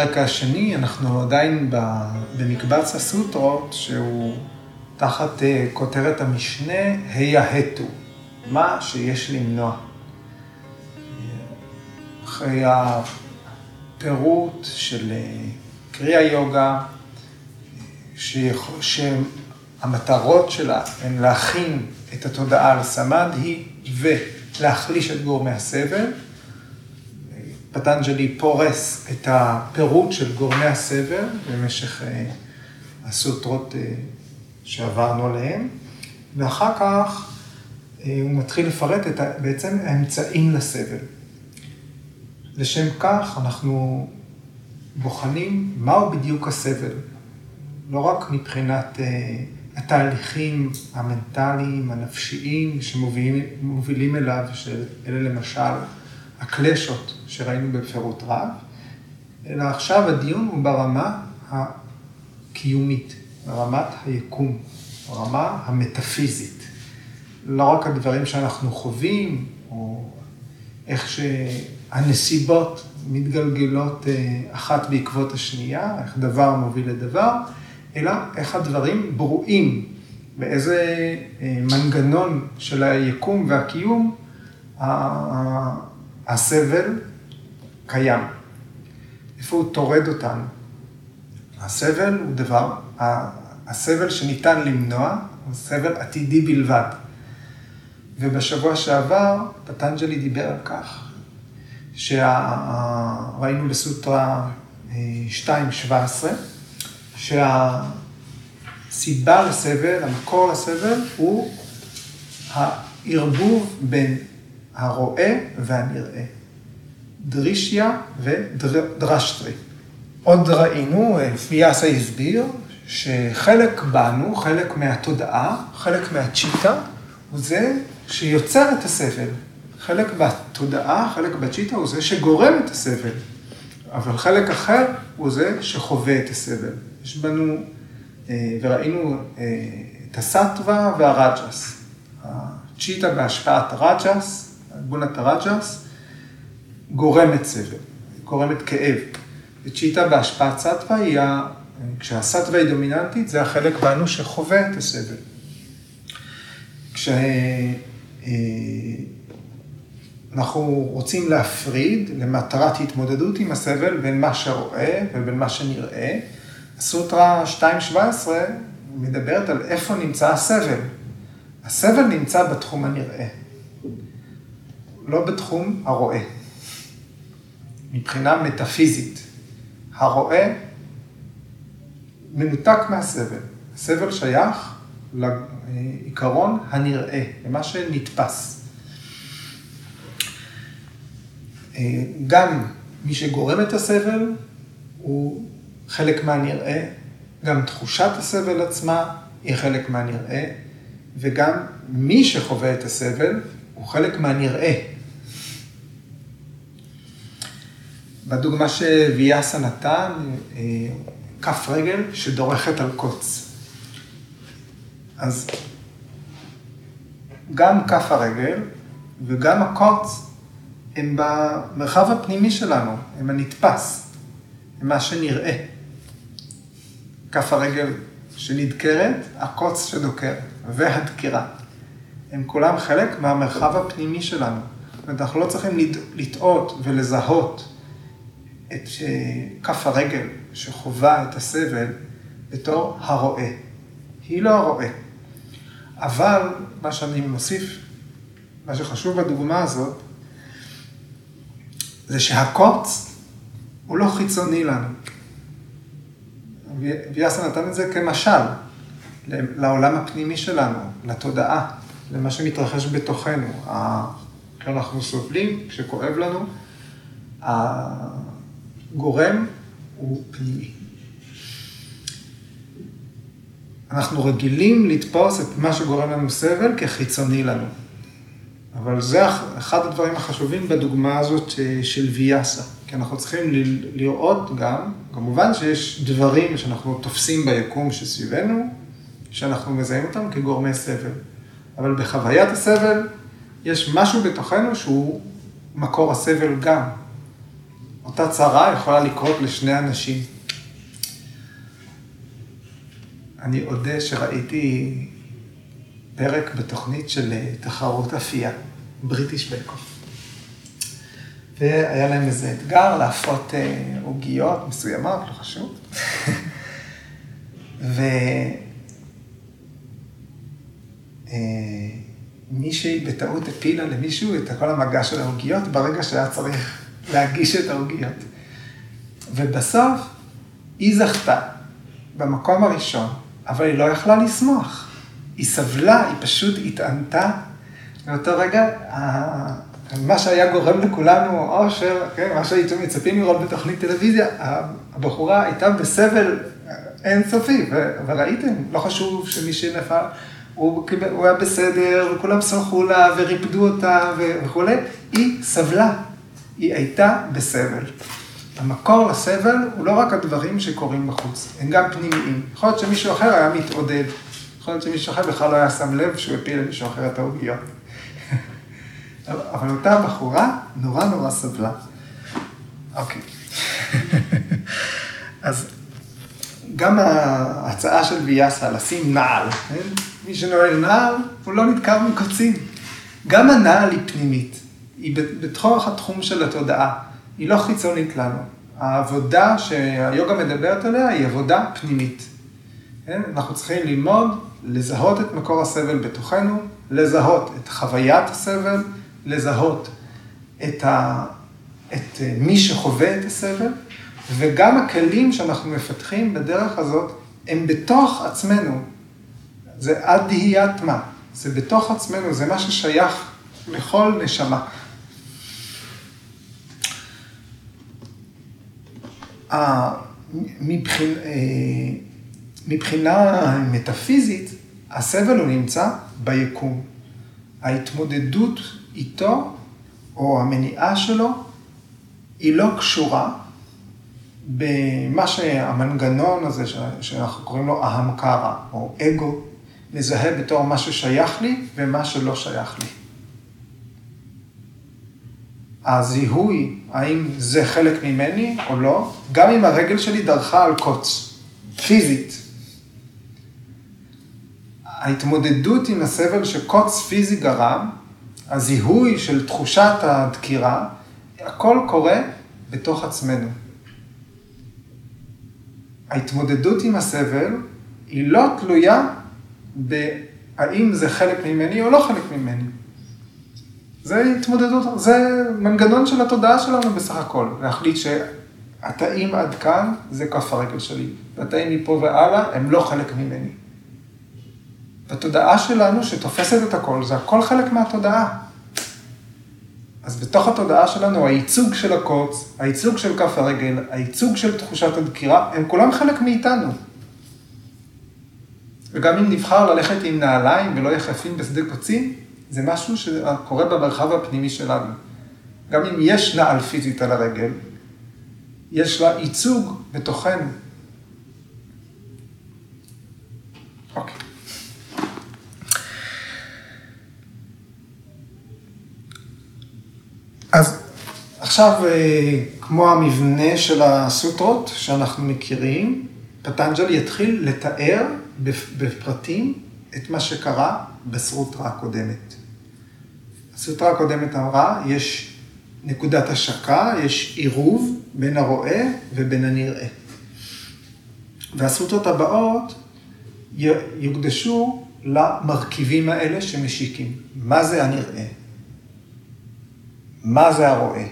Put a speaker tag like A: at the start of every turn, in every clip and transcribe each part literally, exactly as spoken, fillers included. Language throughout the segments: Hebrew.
A: בפרק השני, אנחנו עדיין במקבץ הסוטרות, שהוא תחת כותרת המשנה, היהתו, מה שיש למנוע. אחרי הפירוט של קריאה יוגה, שהמטרות שלה הן להכין את התודעה על סמדהי ולהחליש את גורמי הסבל. פטנג'לי פורס את הפירוט של גורמי הסבל במשך הסוטרות שעברנו עליהן, ואחר כך הוא מתחיל לפרט את בעצם האמצעים לסבל. לשם כך אנחנו בוחנים מהו בדיוק הסבל, לא רק מבחינת התהליכים המנטליים, הנפשיים שמובילים אליו, שאלה למשל הקלשות שראינו בפירוט רב, אלא עכשיו הדיון הוא ברמה הקיומית, ברמת היקום, ברמה המטאפיזית. לא רק הדברים שאנחנו חווים, או איך שהנסיבות מתגלגלות אחת בעקבות השנייה, איך דבר מוביל לדבר, אלא איך הדברים ברואים, באיזה מנגנון של היקום והקיום הסבל קיים. איפה הוא תורד אותנו? הסבל הוא דבר, הסבל שניתן למנוע, הוא סבל עתידי בלבד. ובשבוע שעבר, פטנג'לי דיבר על כך, שראינו בסוטרה שתיים שבע עשרה, שהסיבה לסבל, המקור לסבל, הוא הערבוב בין הרואה והנראה. דרישיה ודרשטרי. עוד ראינו, ויאסה הסביר, שחלק בנו, חלק מהתודעה, חלק מהצ'יטה, הוא זה שיוצר את הסבל. חלק בתודעה, חלק בצ'יטה, הוא זה שגורם את הסבל. אבל חלק אחר הוא זה שחווה את הסבל. יש בנו, וראינו את הסטווה והרג'ס. הצ'יטה בהשפעת הרג'ס, גונת הרג'ס, גורמת סבל, גורמת כאב. וצ'יטה בהשפעת סטווה היא, כשהסטווה היא דומיננטית, זה החלק בנו שחווה את הסבל. כשאנחנו רוצים להפריד למטרת התמודדות עם הסבל בין מה שרואה ובין מה שנראה, הסוטרה שתיים שבע עשרה מדברת על איפה נמצא הסבל. הסבל נמצא בתחום הנראה, לא בתחום הרואה. מבחינה מטאפיזית, הרואה מנותק מהסבל. הסבל שייך לעיקרון הנראה, למה שנתפס. גם מי שגורם את הסבל הוא חלק מהנראה, גם תחושת הסבל עצמה היא חלק מהנראה, וגם מי שחווה את הסבל הוא חלק מהנראה. בדוגמה שוויאסה נתן, כף רגל שדורכת על קוץ. אז גם כף הרגל וגם הקוץ הם במרחב הפנימי שלנו, הם הנתפס, הם מה שנראה. כף הרגל שנדקרת, הקוץ שדוקר, והדקירה. הם כולם חלק מהמרחב הפנימי שלנו. אנחנו לא צריכים לטעות ולזהות את כף הרגל שחובה את הסבל בתור הרואה. היא לא הרואה. אבל מה שאני מוסיף, מה שחשוב בדוגמה הזאת, זה שהקוץ הוא לא חיצוני לנו. ויאסה נתן את זה כמשל, לעולם הפנימי שלנו, לתודעה, למה שמתרחש בתוכנו. כשאנחנו סובלים, כשכואב לנו, הגורם הוא פנימי. אנחנו רגילים לתפוס את מה שגורם לנו סבל כחיצוני לנו. אבל זה אחד הדברים החשובים בדוגמה הזאת של ויאסה. כי אנחנו צריכים לראות גם, כמובן שיש דברים שאנחנו תופסים ביקום שסביבנו, שאנחנו מזהים אותם כגורמי סבל. אבל בחוויית הסבל יש משהו בתוכנו שהוא מקור הסבל גם. אותה צרה יכולה לקרות לשני אנשים. אני אודה שראיתי פרק בתוכנית של תחרות אפייה, בריטיש בייק אוף. והיה להם איזה אתגר להפות עוגיות מסוימות, לא חשוב. ומישהי בטעות הפילה למישהו את כל המגע של העוגיות ברגע שהיה צריך להגיש את העוגיות. ובסוף היא זכתה במקום הראשון, אבל היא לא יכלה לשמוח. היא סבלה, היא פשוט התענתה. באותו רגע, מה שהיה גורם לכולנו אושר, כן, מה שהייתם מצפים לראות בתוכנית טלוויזיה, הבחורה הייתה בסבל אינסופי, וראיתם, לא חשוב שמי שנפל, הוא, הוא היה בסדר, וכולם סלחו לה וריפדו אותה וכו', היא סבלה, היא הייתה בסבל. המקור לסבל הוא לא רק הדברים שקורים בחוץ, הם גם פנימיים. יכול להיות שמישהו אחר היה מתעודד, יכול להיות שמישהו אחר בכלל לא היה שם לב שהוא הפיל למישהו אחר את העוגיות. אבל אותה בחורה נורא נורא סבלה. אוקיי. אז גם ההצעה של ויאסה, לשים נעל. מי שנועל נעל, הוא לא נדקר מקוצים. גם הנעל היא פנימית. היא בתוך התחום של התודעה. היא לא חיצונית לנו. העבודה שהיוגה מדברת עליה היא עבודה פנימית. אנחנו צריכים ללמוד, לזהות את מקור הסבל בתוכנו, לזהות את חוויית הסבל, לזהות את, ה... את מי שחווה את הסבל, וגם הכלים שאנחנו מפתחים בדרך הזאת, הם בתוך עצמנו. זה אדהיית מה. זה בתוך עצמנו, זה מה ששייך לכל נשמה. מבחינה, מבחינה מטאפיזית, הסבל הוא נמצא ביקום. ההתמודדות איתו, או המניעה שלו, היא לא קשורה במה שהמנגנון הזה, שאנחנו קוראים לו אהמקרה, או אגו, מזהה בתור מה ששייך לי ומה שלא שייך לי. הזיהוי, האם זה חלק ממני או לא, גם אם הרגל שלי דרכה על קוץ, פיזית. ההתמודדות עם הסבל שקוץ פיזי גרם, הזיהוי של תחושת הדקירה, הכל קורה בתוך עצמנו. ההתמודדות עם הסבל היא לא תלויה בהאם זה חלק ממני או לא חלק ממני. זה התמודדות, זה מנגנון של התודעה שלנו בסך הכל. להחליט שהתאים עד כאן זה כף הרגל שלי, והתאים מפה והלאה הם לא חלק ממני. התודעה שלנו שתופסת את הכל, זה הכל חלק מהתודעה. אז בתוך התודעה שלנו, הייצוג של הקוץ, הייצוג של כף הרגל, הייצוג של תחושת הדקירה, הם כולם חלק מאיתנו. וגם אם נבחר ללכת עם נעליים ולא יחפים בשדה קוצים, זה משהו שקורה במרחב הפנימי שלנו. גם אם יש נעל פיזית על הרגל, יש לה ייצוג בתוכנו. אוקיי. אז עכשיו, כמו המבנה של הסוטרות שאנחנו מכירים, פטנג'לי יתחיל לתאר בפרטים את מה שקרה בסוטרה הקודמת. הסוטרה הקודמת אמרה, יש נקודת השקה, יש עירוב בין הרואה ובין הנראה. והסוטרות הבאות יוקדשו למרכיבים האלה שמשיקים. מה זה הנראה? מה זה הרואה?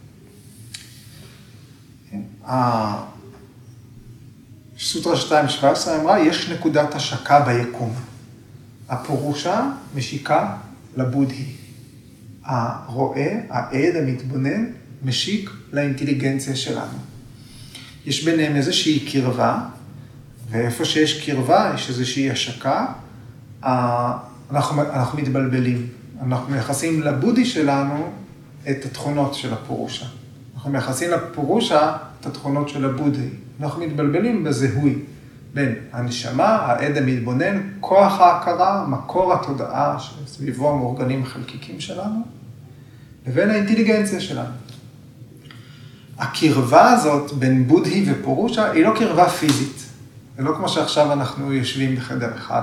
A: סוטרה שתיים שבע עשרה אמרה, יש נקודת השקה ביקום. הפורושה משיקה לבודהי. הרואה, העד, המתבונן, משיק לאינטליגנציה שלנו. יש ביניהם איזושהי קרבה, ואיפה שיש קרבה, יש איזושהי השקה, אנחנו, אנחנו מתבלבלים. אנחנו מייחסים לבודהי שלנו את התכונות של הפורושה. אנחנו מייחסים לפורושה את התכונות של הבודהי. אנחנו מתבלבלים בזיהוי בין הנשמה, העד המתבונן, כוח ההכרה, מקור התודעה שסביבו המאורגנים החלקיקים שלנו, לבין האינטליגנציה שלנו. הקרבה הזאת בין בודהי ופורושה היא לא קרבה פיזית. זה לא כמו שעכשיו אנחנו יושבים בחדר אחד.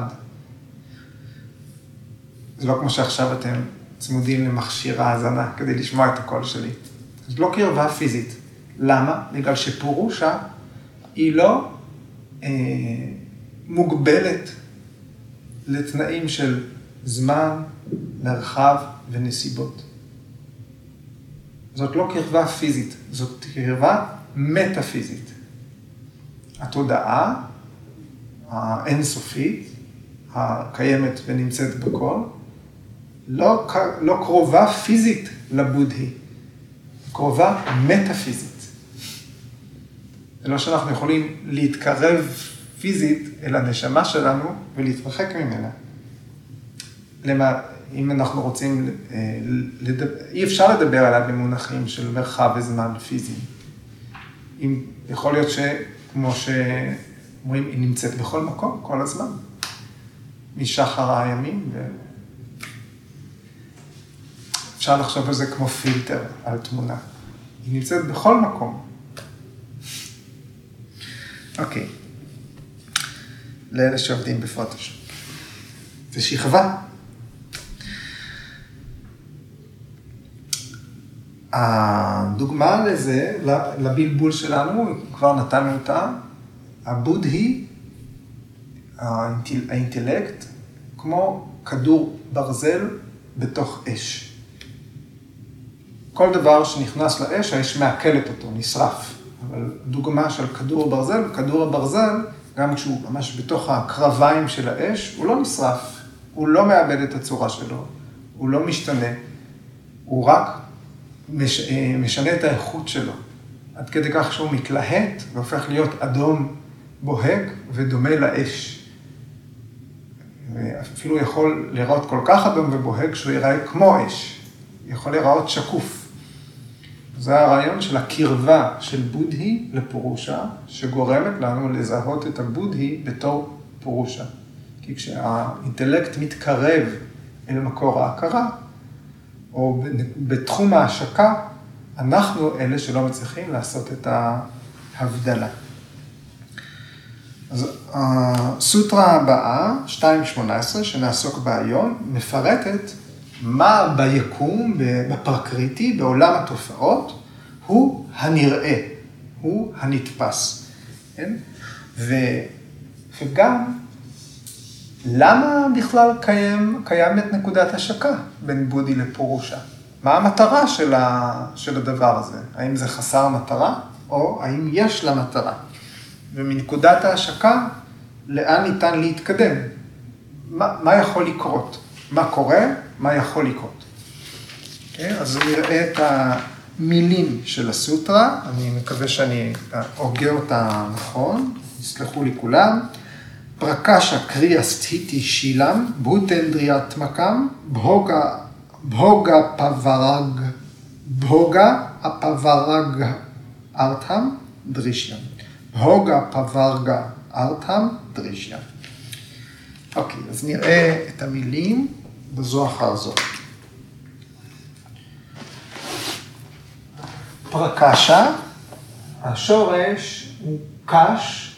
A: זה לא כמו שעכשיו אתם צמודים למכשיר ההאזנה כדי לשמוע את הקול שלי. זה לא קרבה פיזית. למה? בגלל שפורושה היא לא אה, מוגבלת לתנאים של זמן, מרחב ונסיבות. זאת לא קרבה פיזית, זאת קרבה מטאפיזית. התודעה האינסופית, הקיימת ונמצאת בכל, לא, לא קרובה פיזית לבודהי, קרובה מטאפיזית. זה לא שאנחנו יכולים להתקרב פיזית אל הנשמה שלנו ולהתרחק ממנה. למה, אם אנחנו רוצים, לדבר, אי אפשר לדבר עליו במונחים של מרחב וזמן פיזיים. אם, יכול להיות שכמו שאומרים, היא נמצאת בכל מקום, כל הזמן. משחר הימים. ו... אפשר לחשוב על זה כמו פילטר על תמונה. היא נמצאת בכל מקום. אוקיי. לאלה שעובדים בפוטושופ. זה שכבה. הדוגמה לזה, לבלבול שלנו, כבר נתנו אותה, הבודהי, האינטלקט, כמו כדור ברזל בתוך אש. כל דבר שנכנס לאש, האש מעכלת אותו, נשרף. אבל דוגמה של כדור ברזל, כדור הברזל, גם כשהוא ממש בתוך הקרביים של האש, הוא לא נשרף, הוא לא מאבד את הצורה שלו, הוא לא משתנה, הוא רק מש, משנה את האיכות שלו. עד כדי כך שהוא מתלהט והופך להיות אדום בוהק ודומה לאש. אפילו יכול לראות כל כך אדום ובוהק שהוא ייראה כמו אש. יכול לראות שקוף. זה הרעיון של הקרבה של בודהי לפורושה, שגורמת לנו לזהות את הבודהי בתור פורושה. כי כשהאינטלקט מתקרב אל מקור ההכרה, או בתחום ההשקה, אנחנו אלה שלא מצליחים לעשות את ההבדלה. אז הסוטרה הבאה, שתיים שמונה עשרה, שנעסוק בה היום, מפרטת מה ביקום, בפרקריטי, בעולם התופעות, הוא הנראה, הוא הנתפס. כן? ו, וגם, למה בכלל קיים, קיימת נקודת השקה בין בודהי לפורושה? מה המטרה של, ה, של הדבר הזה? האם זה חסר מטרה, או האם יש לה מטרה? ומנקודת ההשקה, לאן ניתן להתקדם? מה, מה יכול לקרות? מה קורה? מה יכול לקרות? Okay, אז נראה את המילים של הסוטרה, אני מקווה שאני אוגה אותה נכון, יסלחו לי כולם. פרקשה קריה סתיתי שילם, בוטנדריאטמקם, בהוגה, בהוגה פברג, בהוגה הפברג ארתם דרישם. בהוגה פברגה ארתם דרישם. אוקיי, אז נראה את המילים בזו אחר זו. פרקשה, השורש הוא קש.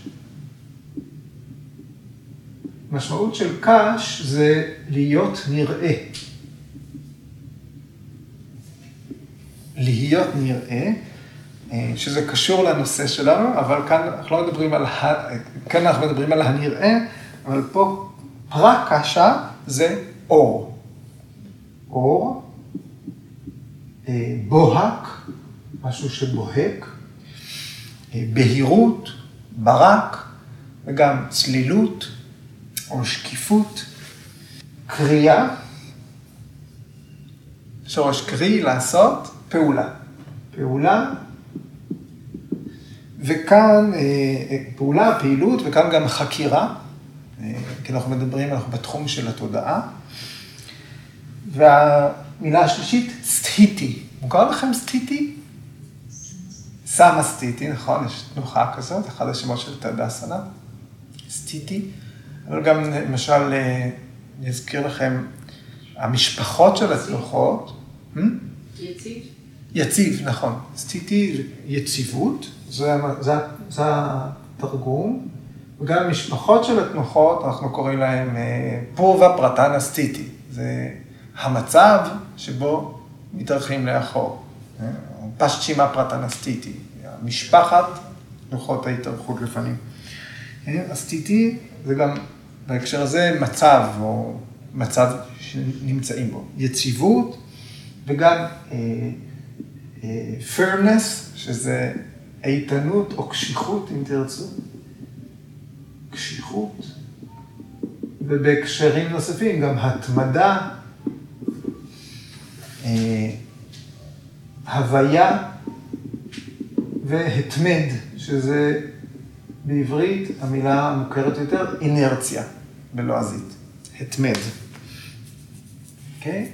A: משמעות של קש זה להיות נראה. להיות נראה, שזה קשור לנושא שלנו, אבל כאן אנחנו לא מדברים על, כאן אנחנו מדברים על הנראה, אבל פה פרקשה זה אור. אור, בוהק, משהו שבוהק, בהירות, ברק, וגם צלילות, או שקיפות, קריאה, שורש קרי, לעשות, פעולה. פעולה, וכאן פעולה, פעילות, וכאן גם חקירה, כי אנחנו מדברים, אנחנו בתחום של התודעה. והמילה השלישית, סתיתי. מוכר לכם סתיתי? סמה סתיתי, נכון, יש תנוחה כזאת, אחד השמות של תדסנה, סתיתי. אבל גם למשל, אני אזכיר לכם, המשפחות של התנוחות.
B: יציב?
A: יציב, נכון. סטיטי, יציבות, זה, זה, זה התרגום. וגם משפחות של התנוחות, אנחנו קוראים להם פורווה פרטנה סטיטי. זה המצב שבו מתארחים לאחור. פשצ'ימה פרטנה סטיטי. משפחת תנוחות ההתארכות לפנים. הסטיטי זה גם, בהקשר הזה, מצב או מצב שנמצאים בו. יציבות וגם אה, אה, firmness, שזה איתנות או קשיחות, אם תרצו. קשיחות. ובהקשרים נוספים, גם התמדה, אה, הוויה והתמד, שזה בעברית המילה המוכרת יותר, אינרציה, בלועזית. התמד. אוקיי?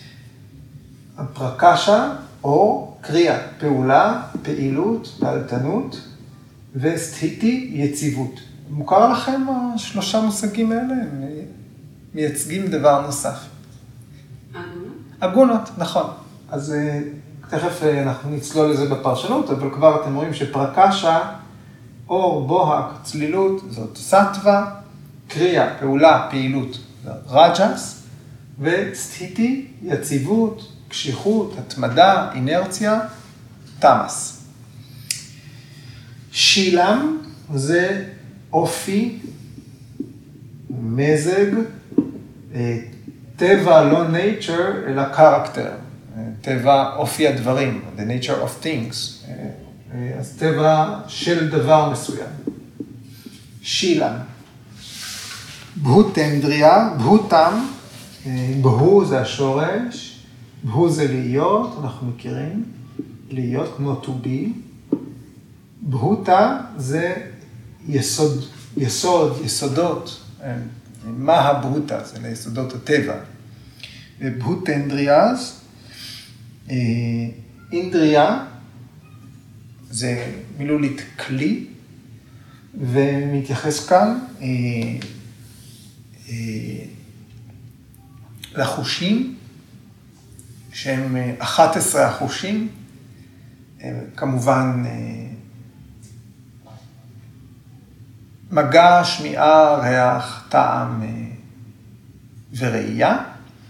A: הפרקשה או קריאה, פעולה, פעילות, פעלתנות, וסתיתי, יציבות. מוכר לכם השלושה מושגים האלה? הם מייצגים דבר נוסף.
B: אגונות?
A: אגונות, נכון. אז תכף אנחנו נצלול לזה בפרשנות, אבל כבר אתם רואים שפרקשה, אור, בוהק, צלילות, זאת סטווה, קריאה, פעולה, פעילות, רג'ס, וסתיתי, יציבות, קשיחות, התמדה, אינרציה, תמאס. שילם זה אופי, מזג, טבע, לא nature, אלא character. טבע, אופי הדברים, the nature of things. אז טבע של דבר מסוים. שילם. בהותנדריה, בהותם, בהו זה השורש, בהו זה להיות, אנחנו מכירים, להיות כמו to be. בהותה זה יסוד, יסוד, יסודות, מה הבהותה? זה ליסודות הטבע. ובהותנדריאז, אינדריה, זה מילולית כלי, ומתייחס כאן אה, אה, לחושים, שהם אחד עשר החושים, אה, כמובן אה, מגע, שמיעה, ריח, טעם אה, וראייה.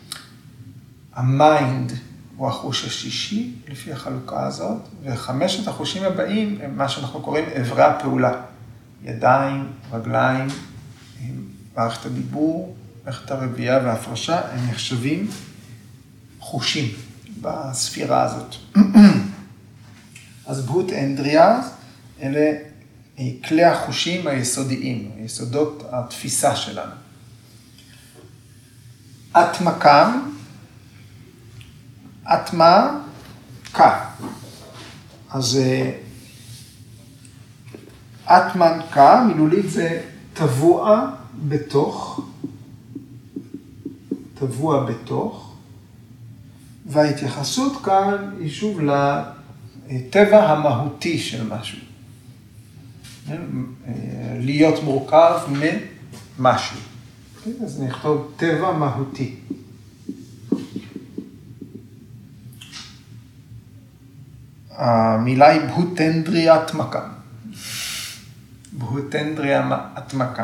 A: המיינד הוא החוש השישי, לפי החלוקה הזאת, וחמשת החושים הבאים הם מה שאנחנו קוראים עברי הפעולה. ידיים, רגליים, מערכת הדיבור, מערכת הרבייה וההפרשה, הם נחשבים חושים בספירה הזאת. אז בהות אנדריה, אלה כלי החושים היסודיים, יסודות התפיסה שלנו. אטמקם, אטמה, קה. אז אטמן קה, מילולית זה טבוע בתוך, טבוע בתוך, וההתייחסות כאן היא שוב לטבע המהותי של משהו. להיות מורכב ממשהו. אז נכתוב טבע מהותי. המילה היא בהותנדריה אטמקם. בהותנדריה אטמקם.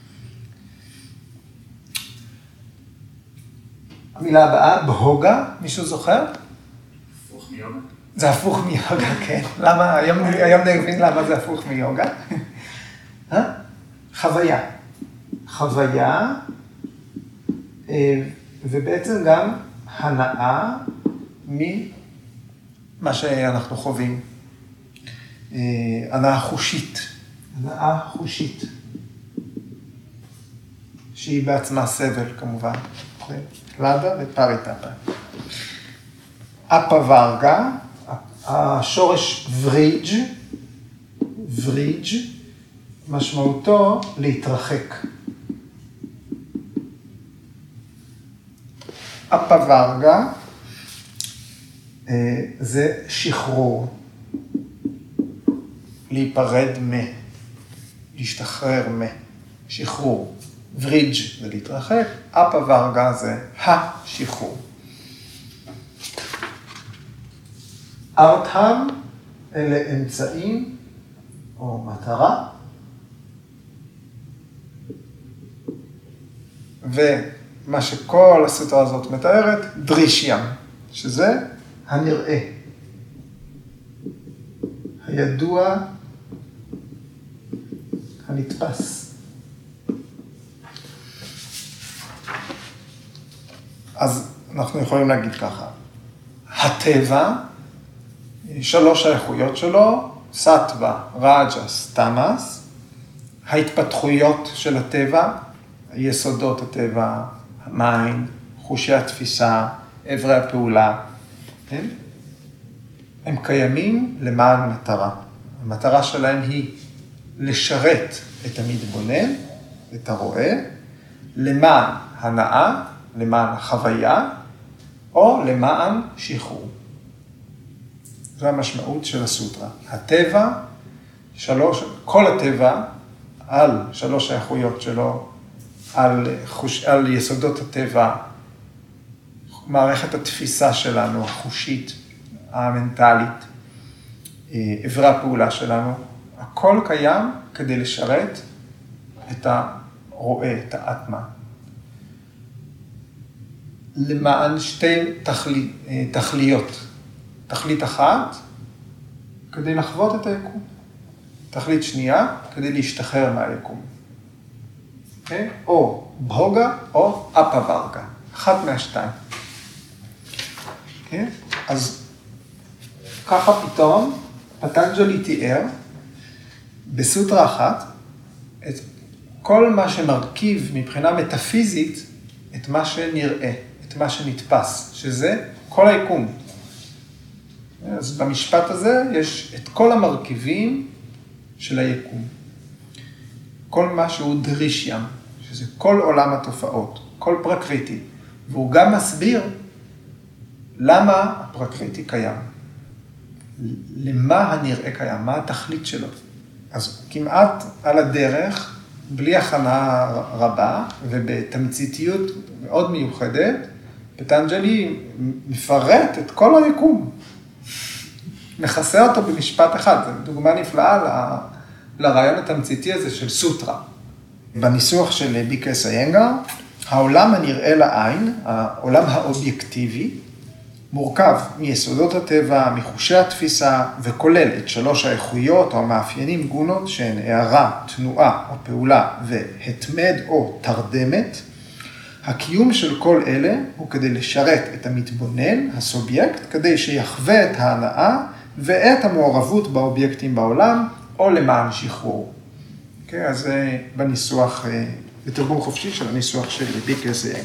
A: המילה הבאה, בהוגה, מישהו זוכר?
B: הפוך מיוגה.
A: זה הפוך מיוגה, כן. למה? היום, היום נבין למה זה הפוך מיוגה. חוויה. חוויה, ובעצם גם הנאה ממה שאנחנו חווים. הנאה חושית. הנאה חושית. שהיא בעצמה סבל, כמובן. לדה ופריטאפה. אפה ורגה, השורש וריג', וריג', משמעותו להתרחק. אפה ורגה זה שחרור, להיפרד מ, להשתחרר מ, שחרור. וריג' זה להתרחק, אפה ורגה זה השחרור. ארת'ם אלה אמצעים או מטרה, ומה שכל הסוטרה הזאת מתארת, דרישיאם, שזה הנראה, הידוע, הנתפס. אז אנחנו יכולים להגיד ככה, הטבע, שלוש האיכויות שלו, סטווה, רג'ס, תמאס, ההתפתחויות של הטבע, יסודות הטבע, המיינד, חושי התפיסה, עברי הפעולה, כן? הם קיימים למען מטרה. המטרה שלהם היא לשרת את המתבונן, את הרואה, למען הנאה, למען החוויה, או למען שחרור. זו המשמעות של הסוטרה. הטבע, שלוש, כל הטבע, על שלוש האיכויות שלו, על, חוש, על יסודות הטבע, מערכת התפיסה שלנו, החושית, המנטלית, עברי הפעולה שלנו, הכל קיים כדי לשרת את הרואה, את האטמה. למען שתי תכלי, תכליות. תכלית אחת, כדי לחוות את היקום. תכלית שנייה, כדי להשתחרר מהיקום. Okay? או בהוגה או אפווארגה. אחת מהשתיים. Okay? אז ככה פתאום פטנג'לי תיאר בסוטרה אחת את כל מה שמרכיב מבחינה מטאפיזית את מה שנראה, את מה שנתפס, שזה כל היקום. אז במשפט הזה יש את כל המרכיבים של היקום. כל מה שהוא דרישיאם, שזה כל עולם התופעות, כל פרקריטי. והוא גם מסביר למה הפרקריטי קיים. למה הנראה קיים, מה התכלית שלו. אז כמעט על הדרך, בלי הכנה רבה ובתמציתיות מאוד מיוחדת, פטנג'לי מפרט את כל היקום. מכסה אותו במשפט אחד. זו דוגמה נפלאה לרעיון התמציתי הזה של סוטרה. בניסוח של ביקס איינגר, העולם הנראה לעין, העולם האובייקטיבי, מורכב מיסודות הטבע, מחושי התפיסה, וכולל את שלוש האיכויות או המאפיינים גונות שהן הערה, תנועה או פעולה והתמד או תרדמת. הקיום של כל אלה הוא כדי לשרת את המתבונן, הסובייקט, כדי שיחווה את ההנאה ואת המעורבות באובייקטים בעולם, או למען שחרור. Okay, אז זה בניסוח, בתרגום חופשי של הניסוח של ביקס איינגר.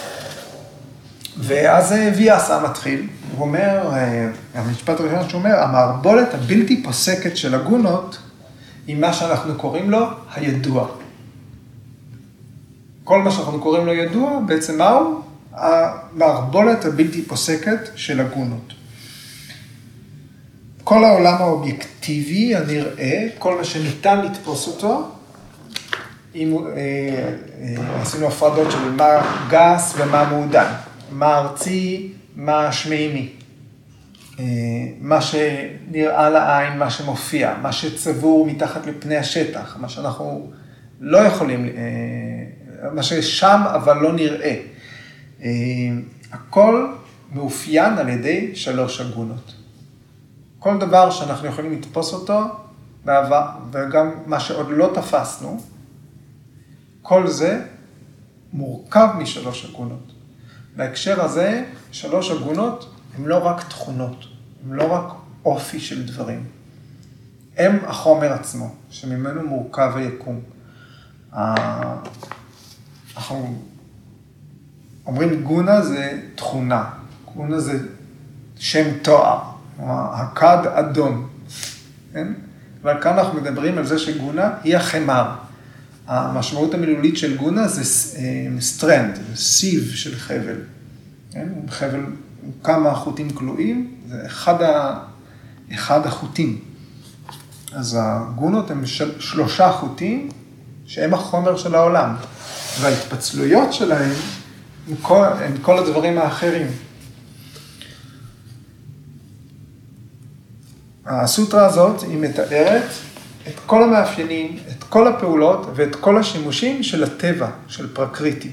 A: ואז ויאסה מתחיל, הוא אומר, המשפט הראשון שהוא אומר, המערבולת הבלתי פוסקת של הגונות, היא מה שאנחנו קוראים לו הידוע. כל מה שאנחנו קוראים לו ידוע, בעצם מהו? המערבולת הבלתי פוסקת של הגונות. כל העולם האובייקטיבי, הנראה, כל מה שניתן לתפוס אותו, אם, אה, אה, עשינו הפרדות של מה גס ומה מעודן, מה ארצי, מה שמימי, אה, מה שנראה לעין, מה שמופיע, מה שצבור מתחת לפני השטח, מה שאנחנו לא יכולים, אה, מה ששם אבל לא נראה. אה, הכל מאופיין על ידי שלוש הגונות. כל דבר שאנחנו יכולים לתפוס אותו בעבר, וגם מה שעוד לא תפסנו, כל זה מורכב משלוש הגונות. בהקשר הזה, שלוש הגונות הן לא רק תכונות, הן לא רק אופי של דברים. הם החומר עצמו, שממנו מורכב היקום. אנחנו אומרים גונה זה תכונה, גונה זה שם תואר. הכד אדום, כן? אבל כאן אנחנו מדברים על זה שגונה היא החמר. המשמעות המילולית של גונה זה סטרנד, סיב של חבל. כן? חבל עם כמה חוטים כלואים, זה אחד, ה... אחד החוטים. אז הגונות הן של... שלושה חוטים שהם החומר של העולם. וההתפצלויות שלהם הם כל, הם כל הדברים האחרים. הסוטרה הזאת היא מתארת את כל המאפיינים, את כל הפעולות ואת כל השימושים של הטבע, של פרקריטי.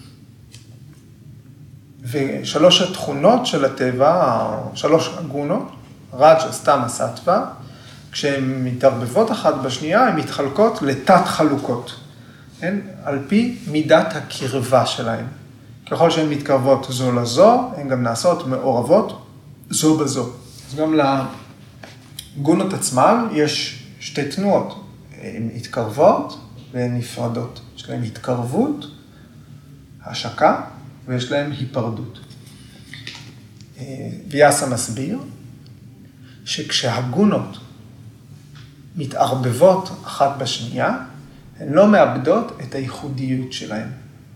A: ושלוש התכונות של הטבע, שלוש אגונות, רג'ס, תמאס, סטווה, כשהן מתערבבות אחת בשנייה, הן מתחלקות לתת חלוקות, כן? על פי מידת הקרבה שלהן. ככל שהן מתקרבות זו לזו, הן גם נעשות מעורבות זו בזו. אז גם לגונות עצמם יש שתי תנועות, הן מתקרבות והן נפרדות. יש להן התקרבות, השקה, ויש להן היפרדות. ויאסה מסביר שכשהגונות מתערבבות אחת בשנייה, הן לא מאבדות את הייחודיות שלהן.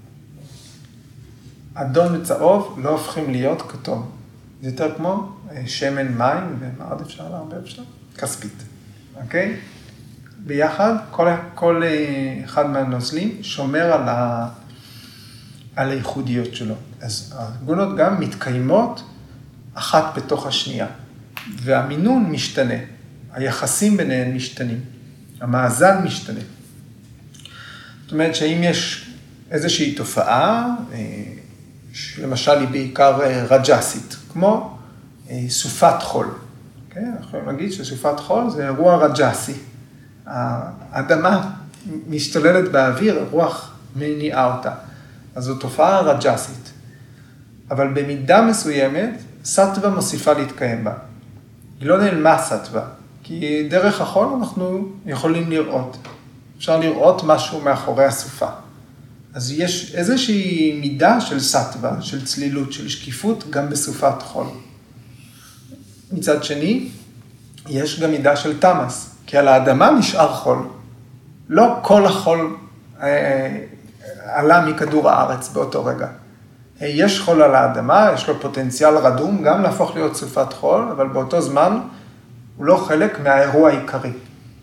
A: אדום וצהוב לא הופכים להיות כתום. זה יותר כמו שמן מים, ומה עוד אפשר לערבב שם? כספית. אוקיי? ביחד, כל, כל אחד מהנוזלים שומר על, ה, על הייחודיות שלו. אז הגונות גם מתקיימות אחת בתוך השנייה. והמינון משתנה. היחסים ביניהן משתנים. המאזן משתנה. זאת אומרת שאם יש איזושהי תופעה, למשל היא בעיקר רג'סית, כמו סופת חול. Okay? אנחנו יכולים להגיד שסופת חול זה אירוע רג'סי. האדמה משתוללת באוויר, רוח מניעה אותה. אז זו תופעה רג'סית. אבל במידה מסוימת, סטווה מוסיפה להתקיים בה. היא לא נעלמה סטווה, כי דרך החול אנחנו יכולים לראות. אפשר לראות משהו מאחורי הסופה. אז יש איזושהי מידה של סטווה, של צלילות, של שקיפות, גם בסופת חול. מצד שני, יש גם מידה של תמאס, כי על האדמה נשאר חול. לא כל החול אה, עלה מכדור הארץ באותו רגע. יש חול על האדמה, יש לו פוטנציאל רדום, גם להפוך להיות סופת חול, אבל באותו זמן הוא לא חלק מהאירוע העיקרי.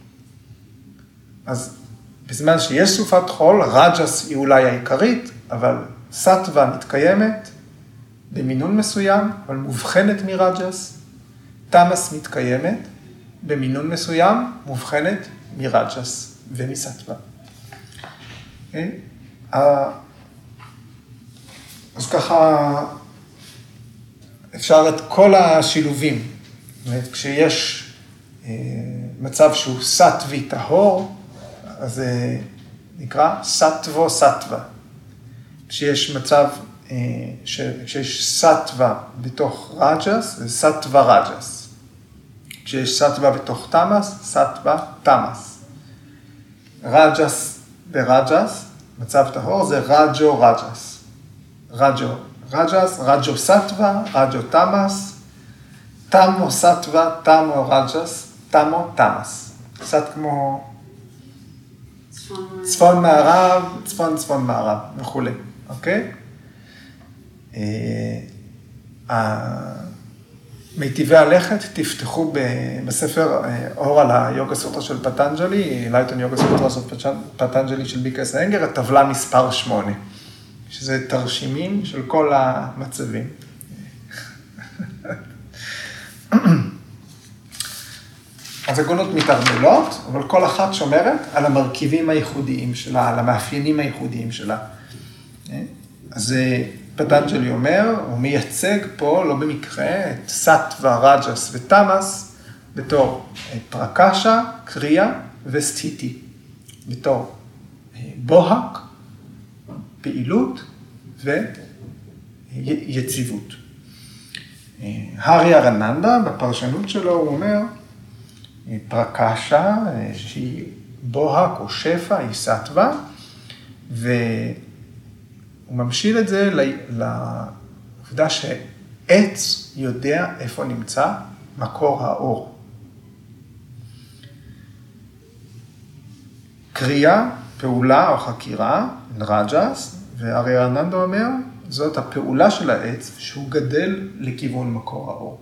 A: אז בזמן שיש סופת חול, רג'ס היא אולי העיקרית, אבל סטווה מתקיימת במינון מסוים, אבל מובחנת מרג'ס. תמאס מתקיימת במינון מסוים, מובחנת מרג'ס ומסטווה. Okay? אז ככה אפשר את כל השילובים. זאת אומרת, כשיש מצב שהוא סטווי טהור, אז זה נקרא סטוו סטווה. כשיש מצב, כשיש סטווה בתוך רג'ס, זה סטווה רג'ס. כשיש סטווה בתוך תמאס, סטווה תמאס. רג'ס ורג'ס, מצב טהור, זה רג'ו רג'ס. רג'ו רג'ס, רג'ו סטווה, רג'ו תמאס, תמו סטווה, תמו רג'ס, תמו תמאס. קצת כמו צפון מערב, צפון צפון מערב וכו'. אוקיי? מיטיבי הלכת תפתחו בספר אור על היוגה סוטרה של פטנג'לי, לייטון יוגה סוטרה של פטנג'לי של ביקרס איינגר, הטבלה מספר שמונה, שזה תרשימים של כל המצבים. אז הגונות מתערבלות, אבל כל אחת שומרת על המרכיבים הייחודיים שלה, על המאפיינים הייחודיים שלה. אז פטנג'לי אומר, הוא מייצג פה, לא במקרה, את סטווה, רג'ס ותמאס, בתור פרקשה, קריאה וסתיתי, בתור בוהק, פעילות ויציבות. הארי ארננדה, בפרשנות שלו, הוא אומר, פרקשה, שהיא בוהק או שפע, היא סטווה, והוא ממשיל את זה לעובדה שעץ יודע איפה נמצא מקור האור. קריאה, פעולה או חקירה, רג'ס, והארי ארננדה אומר, זאת הפעולה של העץ שהוא גדל לכיוון מקור האור.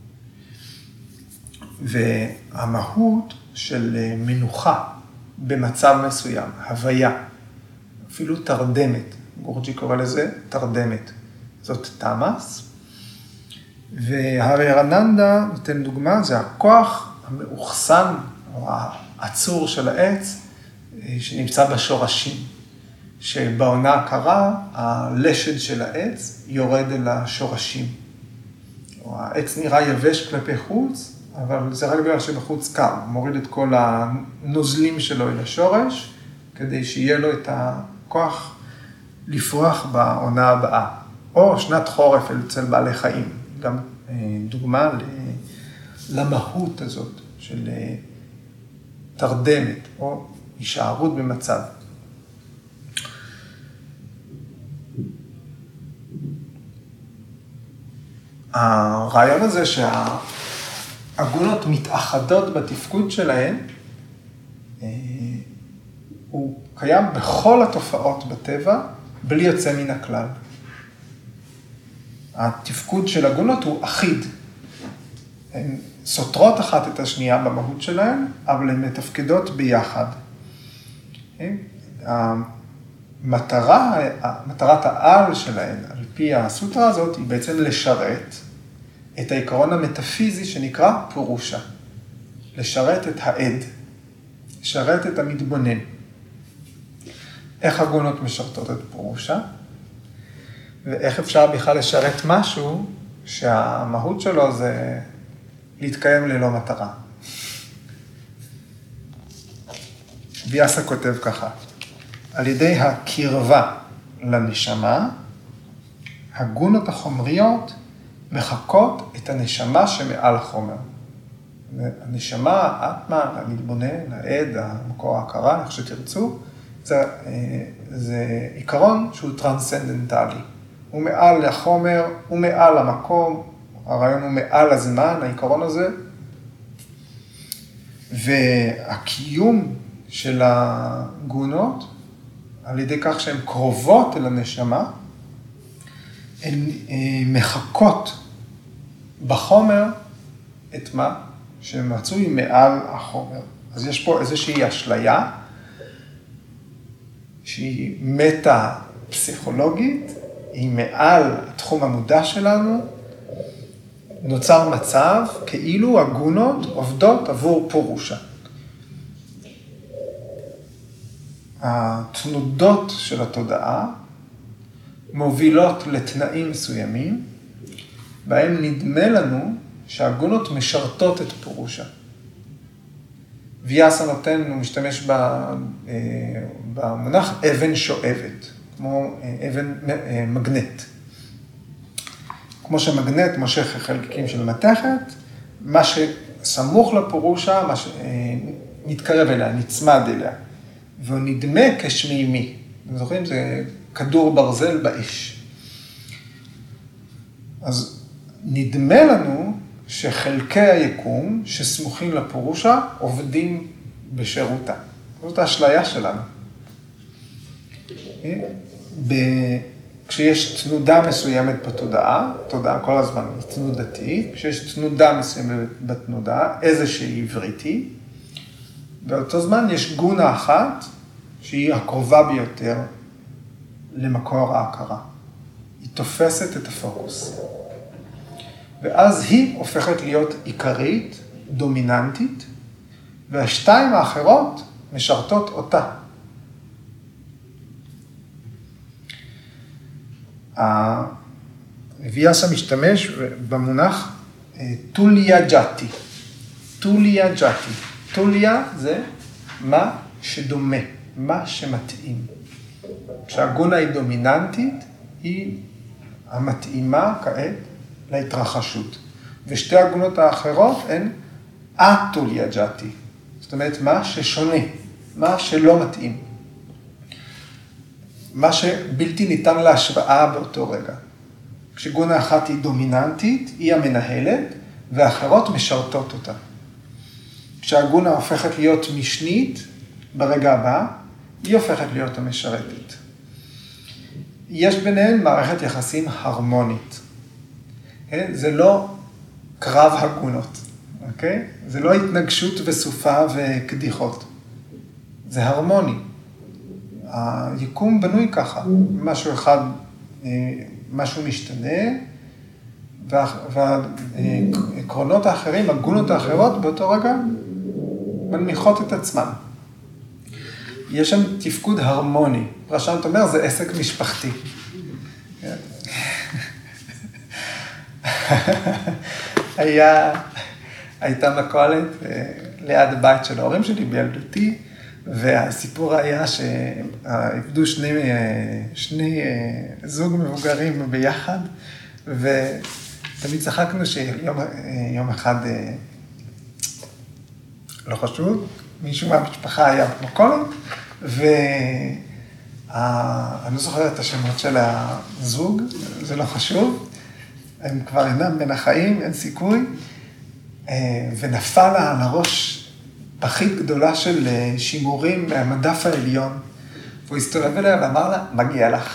A: והמהות של מנוחה במצב מסוים, הוויה, אפילו תרדמת, גורג'י קורא לזה תרדמת, זאת תמאס, והארי ארננדה נותן דוגמה, זה הכוח המאוחסן, או העצור של העץ, שנמצא בשורשים. שבעונה הקרה, הלשד של העץ יורד אל השורשים. העץ נראה יבש כלפי חוץ, אבל זה רק בגלל שבחוץ קר. הוא מוריד את כל הנוזלים שלו אל השורש, כדי שיהיה לו את הכוח לפרוח בעונה הבאה. או שנת חורף אצל בעלי חיים. גם דוגמה למהות הזאת של תרדמת, או הישארות במצב. הרעיון הזה שהאגונות מתאחדות בתפקוד שלהן, הוא קיים בכל התופעות בטבע, בלי יוצא מן הכלל. התפקוד של אגונות הוא אחיד. הן סותרות אחת את השנייה במהות שלהן, אבל הן מתפקדות ביחד. המטרה, מטרת העל שלהן, על פי הסוטרה הזאת, היא בעצם לשרת את העיקרון המטאפיזי שנקרא פורושה. לשרת את העד, לשרת את המתבונן. איך אגונות משרתות את פורושה? ואיך אפשר בכלל לשרת משהו שהמהות שלו זה להתקיים ללא מטרה. ויאסה כותב ככה, על ידי הקרבה לנשמה, הגונות החומריות מחקות את הנשמה שמעל החומר. הנשמה, האטמה, המתבונן, העד, המקור ההכרה, איך שתרצו, זה, זה עיקרון שהוא טרנסצנדנטלי. הוא מעל החומר, הוא מעל המקום, הרעיון הוא מעל הזמן, העיקרון הזה. והקיום של הגונות, על ידי כך שהן קרובות אל הנשמה, הן מחקות בחומר את מה שמצוי מעל החומר. אז יש פה איזושהי אשליה, שהיא מטה-פסיכולוגית, היא מעל התחום המודע שלנו, נוצר מצב כאילו הגונות עובדות עבור פורושה. התנודות של התודעה מובילות לתנאים מסוימים, בהם נדמה לנו שהגונות משרתות את פורושה. ויאסה נותן, הוא משתמש במונח אבן שואבת, כמו אבן מגנט. כמו שמגנט מושך חלקיקים של מתכת, מה שסמוך לפורושה, מה שמתקרב אליה, נצמד אליה, והוא נדמה כשמימי. אתם זוכרים? זה כדור ברזל באש. אז נדמה לנו שחלקי היקום שסמוכים לפורושה עובדים בשירותה. זאת האשליה שלנו. ב... כשיש תנודה מסוימת בתודעה, תודעה כל הזמן היא תנודתית, כשיש תנודה מסוימת בתנודה, איזושהי עבריתי, באותו זמן יש גונה אחת שהיא הקרובה ביותר למקור ההכרה. היא תופסת את הפוקוס. ואז היא הופכת להיות עיקרית, דומיננטית, והשתיים האחרות משרתות אותה. ויאסה משתמש במונח טוליה ג'אטי. טוליה ג'אטי. טוליה זה מה שדומה, מה שמתאים. כשהגונה היא דומיננטית, היא המתאימה כעת להתרחשות. ושתי הגונות האחרות הן א-טוליה ג'אטי. זאת אומרת, מה ששונה, מה שלא מתאים. מה שבלתי ניתן להשוואה באותו רגע. כשגונה אחת היא דומיננטית, היא המנהלת, ואחרות משרתות אותה. כשהגונה הופכת להיות משנית, ברגע הבא, היא הופכת להיות המשרתת. יש ביניהן מערכת יחסים הרמונית. זה לא קרב הגונות, אוקיי? זה לא התנגשות וסופה וקדיחות. זה הרמוני. היקום בנוי ככה, משהו אחד, משהו משתנה, והעקרונות האחרים, הגונות האחרות, באותו רגע, מנמיכות את עצמם. יש שם תפקוד הרמוני. פרשנת אומר, זה עסק משפחתי. היה, הייתה מכולת ליד הבית של ההורים שלי בילדותי, והסיפור היה שעבדו שני, שני זוג מבוגרים ביחד, ותמיד צחקנו שיום יום אחד, לא חשוב, מישהו מהמשפחה היה במכולת, ואני לא זוכר את השמות של הזוג, זה לא חשוב, הם כבר אינם בין החיים, אין סיכוי, ונפל לה על הראש פחית גדולה של שימורים מהמדף העליון, והוא הסתובב אליה ואמר לה, מגיע לך.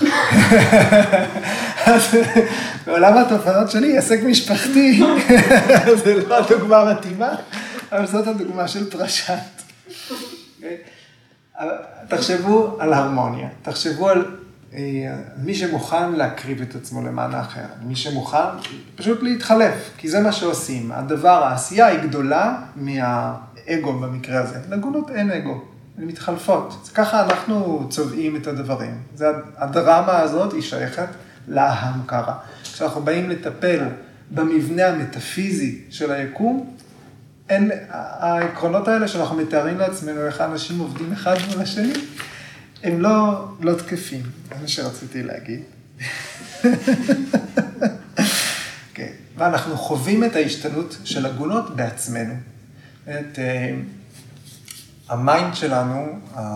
A: אז בעולם התופעות שלי, עסק משפחתי, זה לא הדוגמה המתאימה, אבל זאת הדוגמה של פרשת. תחשבו על הרמוניה, תחשבו על מי שמוכן להקריב את עצמו למען האחר, מי שמוכן פשוט להתחלף, כי זה מה שעושים. הדבר, העשייה היא גדולה מהאגו במקרה הזה. לגונות אין אגו, הן מתחלפות. אז ככה אנחנו צובעים את הדברים. זה, הדרמה הזאת היא שייכת להמקרה. כשאנחנו באים לטפל במבנה המטאפיזי של היקום, אין, העקרונות האלה שאנחנו מתארים לעצמנו איך האנשים עובדים אחד מול השני, הם לא, לא תקפים, זה מה שרציתי להגיד. כן, ואנחנו חווים את ההשתנות של הגונות בעצמנו. את המיינד שלנו,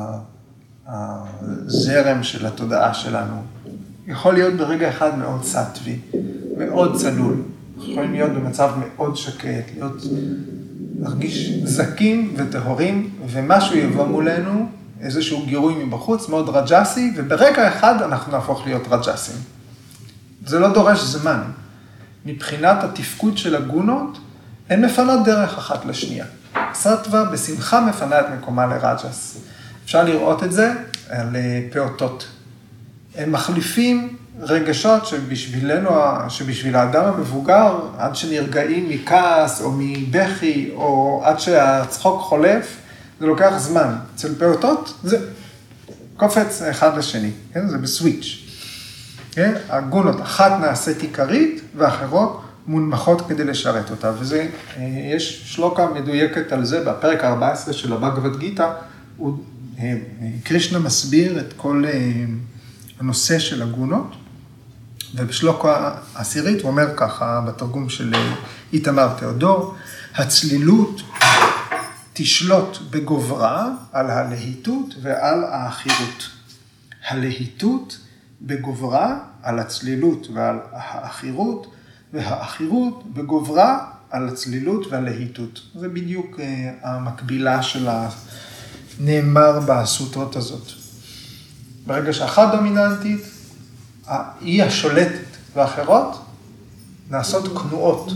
A: הזרם של התודעה שלנו, יכול להיות ברגע אחד מאוד סטווי, מאוד צלול. יכולים להיות במצב מאוד שקט, להיות, להרגיש זקים וטהורים, ומשהו יבוא מולנו, איזשהו גירוי מבחוץ, מאוד רג'סי, וברגע אחד אנחנו נהפוך להיות רג'סים. זה לא דורש זמן. מבחינת התפקוד של הגונות, הן מפנות דרך אחת לשנייה. סטווה בשמחה מפנה את מקומה לרג'ס. אפשר לראות את זה על פעוטות. הם מחליפים רגשות שבשבילנו, שבשביל האדם המבוגר, עד שנרגעים מכעס או מבכי, או עד שהצחוק חולף, זה לוקח זמן. אצל פעוטות זה קופץ אחד לשני, כן? זה בסוויץ'. כן? הגונות, אחת נעשית עיקרית, ואחרות מונמכות כדי לשרת אותה. וזה, יש שלוקה מדויקת על זה, בפרק ה-ארבע עשרה של הבאגבד גיטה, הוא, קרישנה מסביר את כל הנושא של הגונות, ובשלוקה העשירית הוא אומר ככה, בתרגום של איתמר תיאודור, הצלילות תשלוט בגוברה על הלהיטות ועל האחירות. הלהיטות בגוברה על הצלילות ועל האחירות, והאחירות בגוברה על הצלילות והלהיטות. זה בדיוק המקבילה של הנאמר בסוטרות הזאת. ברגע שאחת דומיננטית, היא השולטת, ואחרות נעשות כנועות.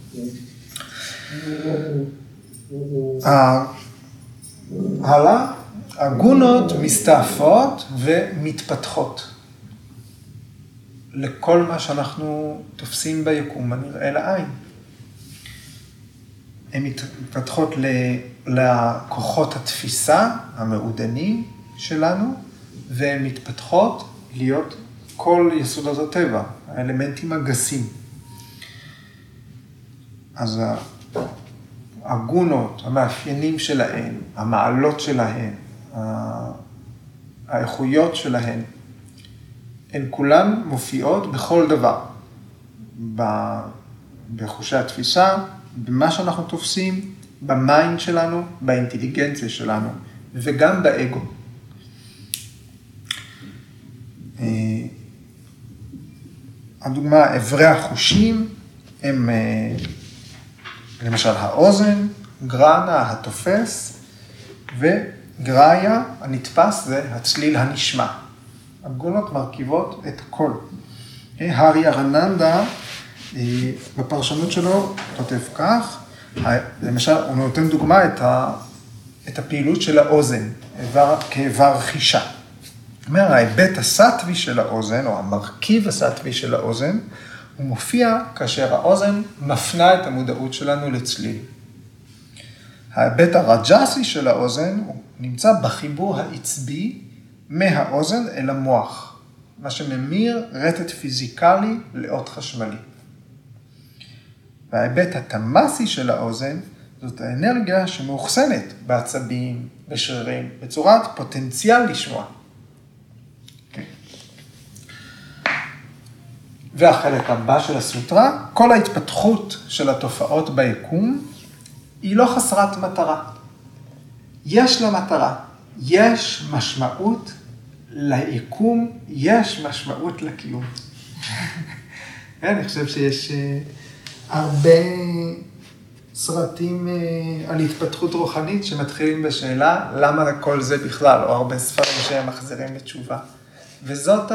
A: הלאה, הגונות מסתעפות ומתפתחות. לכל מה שאנחנו תופסים ביקום הנראה לעין. הן מתפתחות לכוחות התפיסה המעודנים שלנו, והן מתפתחות להיות כל יסודות הטבע, האלמנטים הגסים. אז הגונות, המאפיינים שלהן, המעלות שלהן, האיכויות שלהן, הן כולן מופיעות בכל דבר. בחושי התפיסה, במה שאנחנו תופסים, במיינד שלנו, באינטליגנציה שלנו, וגם באגו. הדוגמה, עברי החושים, הם למשל האוזן, גרנה, התופס, וגראיה, הנתפס, זה הצליל הנשמע. הגונות מרכיבות את הכל. הארי ארננדה, בפרשנות שלו, כותב כך, למשל, הוא נותן דוגמה את, ה, את הפעילות של האוזן, איבר, כאיבר חישה. זאת אומרת, ההיבט הסטווי של האוזן, או המרכיב הסטווי של האוזן, הוא מופיע כאשר האוזן מפנה את המודעות שלנו לצליל. ההיבט הרג'סי של האוזן הוא נמצא בחיבור העצבי מהאוזן אל המוח, מה שממיר רטט פיזיקלי לאות חשמלי. וההיבט התמאסי של האוזן זאת האנרגיה שמאוחסנת בעצבים, בשרירים, בצורת פוטנציאל לשמוע. Okay. והחלק הבא של הסוטרה, כל ההתפתחות של התופעות ביקום, היא לא חסרת מטרה. יש לה מטרה, יש משמעות ליקום, יש משמעות לקיום. אני חושב שיש הרבה סרטים על התפתחות רוחנית שמתחילים בשאלה למה כל זה בכלל, או הרבה ספרים שהם מחזירים לתשובה. וזאת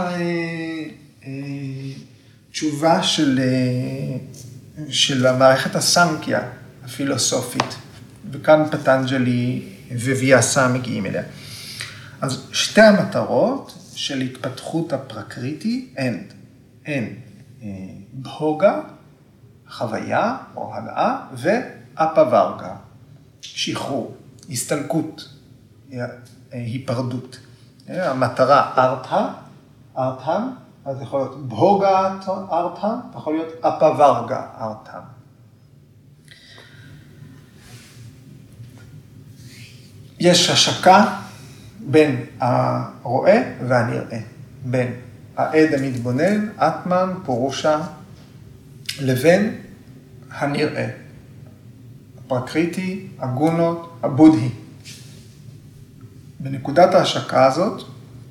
A: התשובה של, של המערכת הסנקיה הפילוסופית, וכאן פטנג'לי וויאסה מגיעים אליה. אז שתי המטרות של התפתחות הפרקריטי הן, הן בהוגה, חוויה או הנאה, ואפוורגה, שחרור, הסתלקות, היפרדות. המטרה ארת'ה, ארת'ם, אז יכול להיות בהוגה ארת'ם, יכול להיות אפוורגה ארת'ם. יש השקה בין הרואה והנראה, בין העד המתבונן, אטמן, פורושה, לבין הנראה, הפרקריטי, הגונות, הבודהי. בנקודת ההשקה הזאת,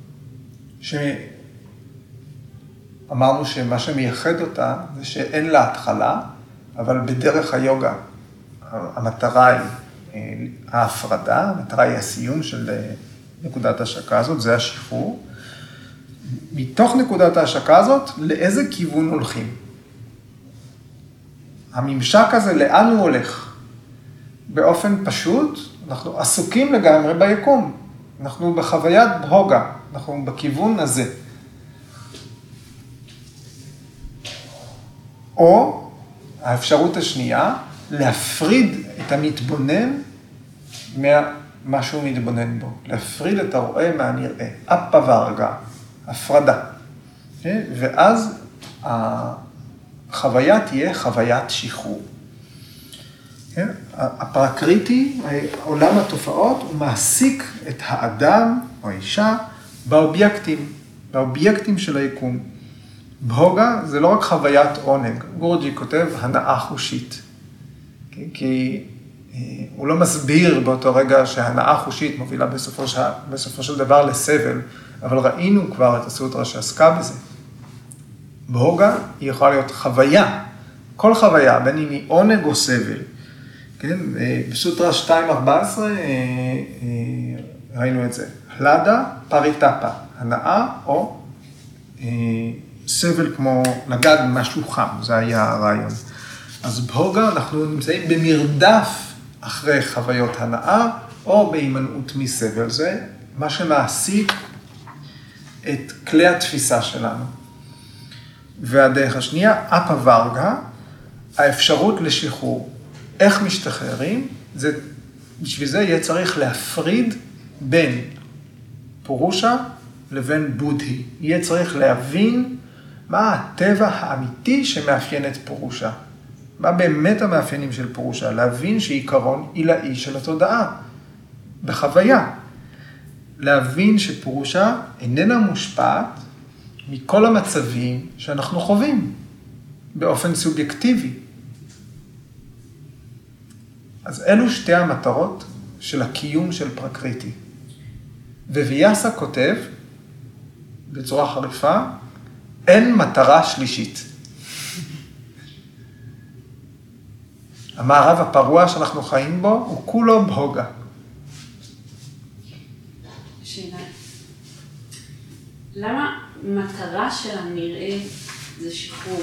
A: שאמרנו שמה שמייחד אותה זה שאין לה התחלה, אבל בדרך היוגה המטרה היא ההפרדה, המטרה היא הסיום של נקודת ההשקה הזאת, זה השחרור. מתוך נקודת ההשקה הזאת, לאיזה כיוון הולכים? הממשק הזה, לאן הוא הולך? באופן פשוט, אנחנו עסוקים לגמרי ביקום. אנחנו בחוויית בהוגה, אנחנו בכיוון הזה. או האפשרות השנייה, להפריד את המתבונן ממה שהוא מתבונן בו. להפריד את הרואה מהנראה. אפוורגה, הפרדה. ואז החוויה תהיה חוויית שחרור. הפרקריטי, עולם התופעות, הוא מעסיק את האדם או האישה באובייקטים, באובייקטים של היקום. בהוגה זה לא רק חוויית עונג, גורג'י כותב הנאה חושית. כי הוא לא מסביר באותו רגע שהנאה חושית מובילה בסופו של, בסופו של דבר לסבל, אבל ראינו כבר את הסוטרה שעסקה בזה. בהוגה היא יכולה להיות חוויה, כל חוויה, בין אם היא עונג או סבל. כן? בסוטרה שתיים ארבע עשרה ראינו את זה. הלדה, פריטאפה, הנאה או סבל כמו לגעת משהו חם, זה היה הרעיון. אז בהוגה אנחנו נמצאים במרדף אחרי חוויות הנאה או בהימנעות מסבל. זה מה שמעסיק את כלי התפיסה שלנו. והדרך השנייה, אפוורגה, האפשרות לשחרור. איך משתחררים? זה, בשביל זה יהיה צריך להפריד בין פורושה לבין בודהי. יהיה צריך להבין מה הטבע האמיתי שמאפיין את פורושה. מה באמת המאפיינים של פורושה? להבין שעיקרון עילאי של התודעה, בחוויה. להבין שפורושה איננה מושפעת מכל המצבים שאנחנו חווים, באופן סובייקטיבי. אז אלו שתי המטרות של הקיום של פרקריטי. וויאסה כותב, בצורה חריפה, אין מטרה שלישית. המערב הפרוע שאנחנו חיים בו הוא כולו בהוגה.
B: שאלה. למה מטרה של הנראה זה שחרור?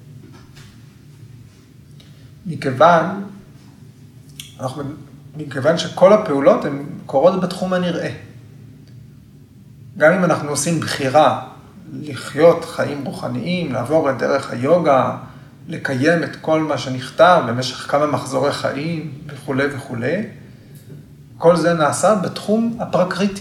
A: מכיוון, אנחנו, מכיוון שכל הפעולות הן קורות בתחום הנראה. גם אם אנחנו עושים בחירה לחיות חיים רוחניים, לעבור את דרך היוגה, לקיים את כל מה שנכתב במשך כמה מחזורי חיים וכו' וכו'. כל זה נעשה בתחום הפרקריטי.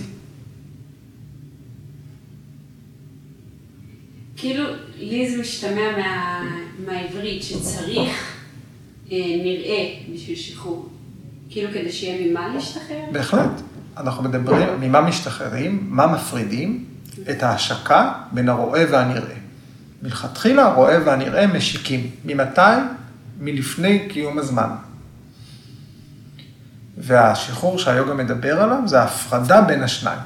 B: כאילו, לי זה משתמע מה, מהעברית שצריך אה, נראה בשביל שחרור. כאילו כדי שיהיה ממה להשתחרר?
A: בהחלט. אנחנו מדברים ממה משתחררים, מה מפרידים את ההשקה בין הרואה והנראה. מלכתחילה הרואה והנראה משיקים. ממתי? מלפני קיום הזמן. והשחרור שהיוגה מדבר עליו זה ההפרדה בין השניים.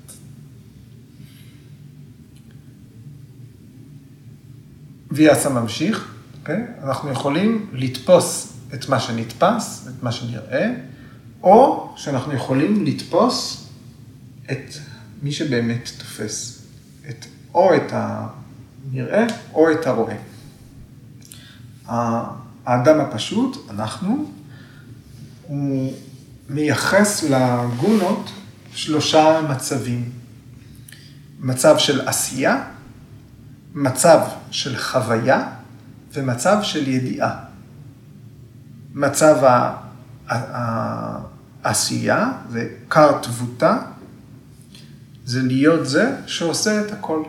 A: ויאסה ממשיך, okay? אנחנו יכולים לתפוס את מה שנתפס, את מה שנראה, או שאנחנו יכולים לתפוס את מי שבאמת תופס, את, או את הנראה או את הרואה. האדם הפשוט, אנחנו, הוא מייחס לגונות שלושה מצבים. מצב של עשייה, מצב של חוויה ומצב של ידיעה. מצב העשייה זה קרטבותה, זה להיות זה שעושה את הכל.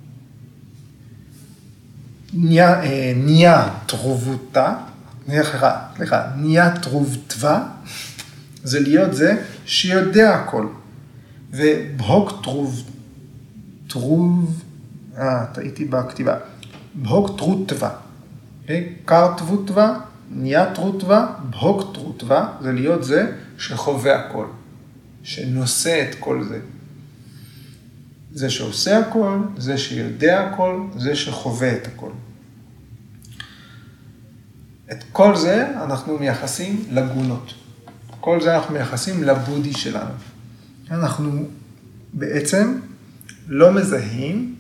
A: ניה תרובותה, סליחה, ניה תרובתווה, זה להיות זה שיודע הכל. ובהוג תרוב, תרוב, אה, טעיתי בכתיבה, בהוג תרותווה, קרטבותה, ניה תרותווה, בהוג תרותווה, זה להיות זה שחווה הכל, שנושא את כל זה. זה שעושה הכל, זה שיודע הכל, זה שחווה את הכל. את כל זה אנחנו מייחסים לגונות. כל זה אנחנו מייחסים לבודי שלנו. אנחנו בעצם לא מזהים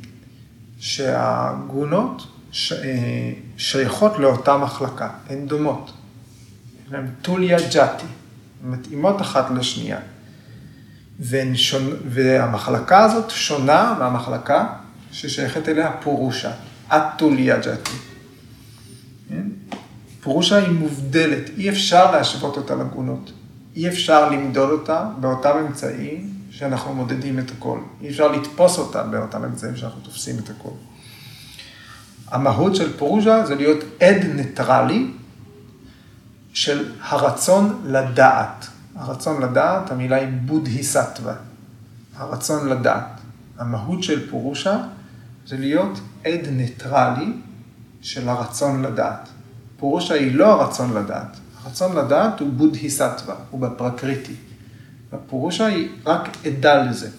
A: שהגונות שייכות לאותה מחלקה, הן דומות. הן טוליה ג'אטי, מתאימות אחת לשנייה. והמחלקה הזאת שונה מהמחלקה ששייכת אליה פורושה, אטוליה ג'אטי. פורושה היא מובדלת, אי אפשר להשוות אותה לגונות. אי אפשר למדוד אותה באותם אמצעים שאנחנו מודדים את הכל. אי אפשר לתפוס אותה באותם אמצעים שאנחנו תופסים את הכל. המהות של פורושה זה להיות עד ניטרלי של הרצון לדעת. הרצון לדעת, המילה היא בודהיסטווה. הרצון לדעת. המהות של פורושה זה להיות עד ניטרלי של הרצון לדעת. פורושה היא לא הרצון לדעת. הרצון לדעת הוא בודהיסטווה, הוא בפרקריטי. והפורושה היא רק עדה לזה.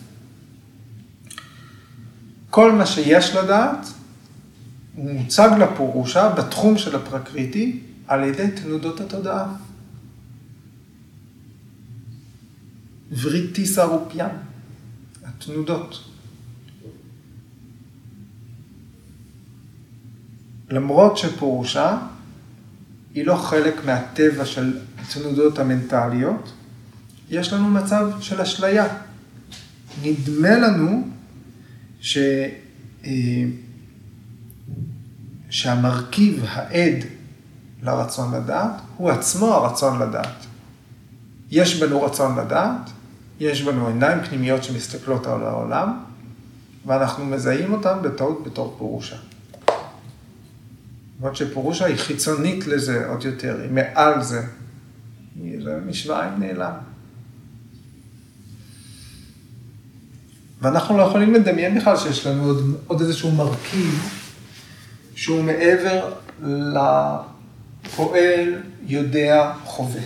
A: כל מה שיש לדעת, הוא מוצג לפורושה בתחום של הפרקריטי על ידי תנודות התודעה. וריטי סרופיאן, התנודות. למרות שפורושה היא לא חלק מהטבע של התנודות המנטליות, יש לנו מצב של אשליה. נדמה לנו ש... שהמרכיב העד לרצון לדעת הוא עצמו הרצון לדעת. יש בנו רצון לדעת, יש בנו עיניים פנימיות שמסתכלות על העולם, ואנחנו מזהים אותם בטעות בתור פורושה. למרות שפורושה היא חיצונית לזה עוד יותר, היא מעל זה. זה משוואה עם נעלם. ואנחנו לא יכולים לדמיין בכלל שיש לנו עוד, עוד איזשהו מרכיב שהוא מעבר לפועל, יודע, חווה.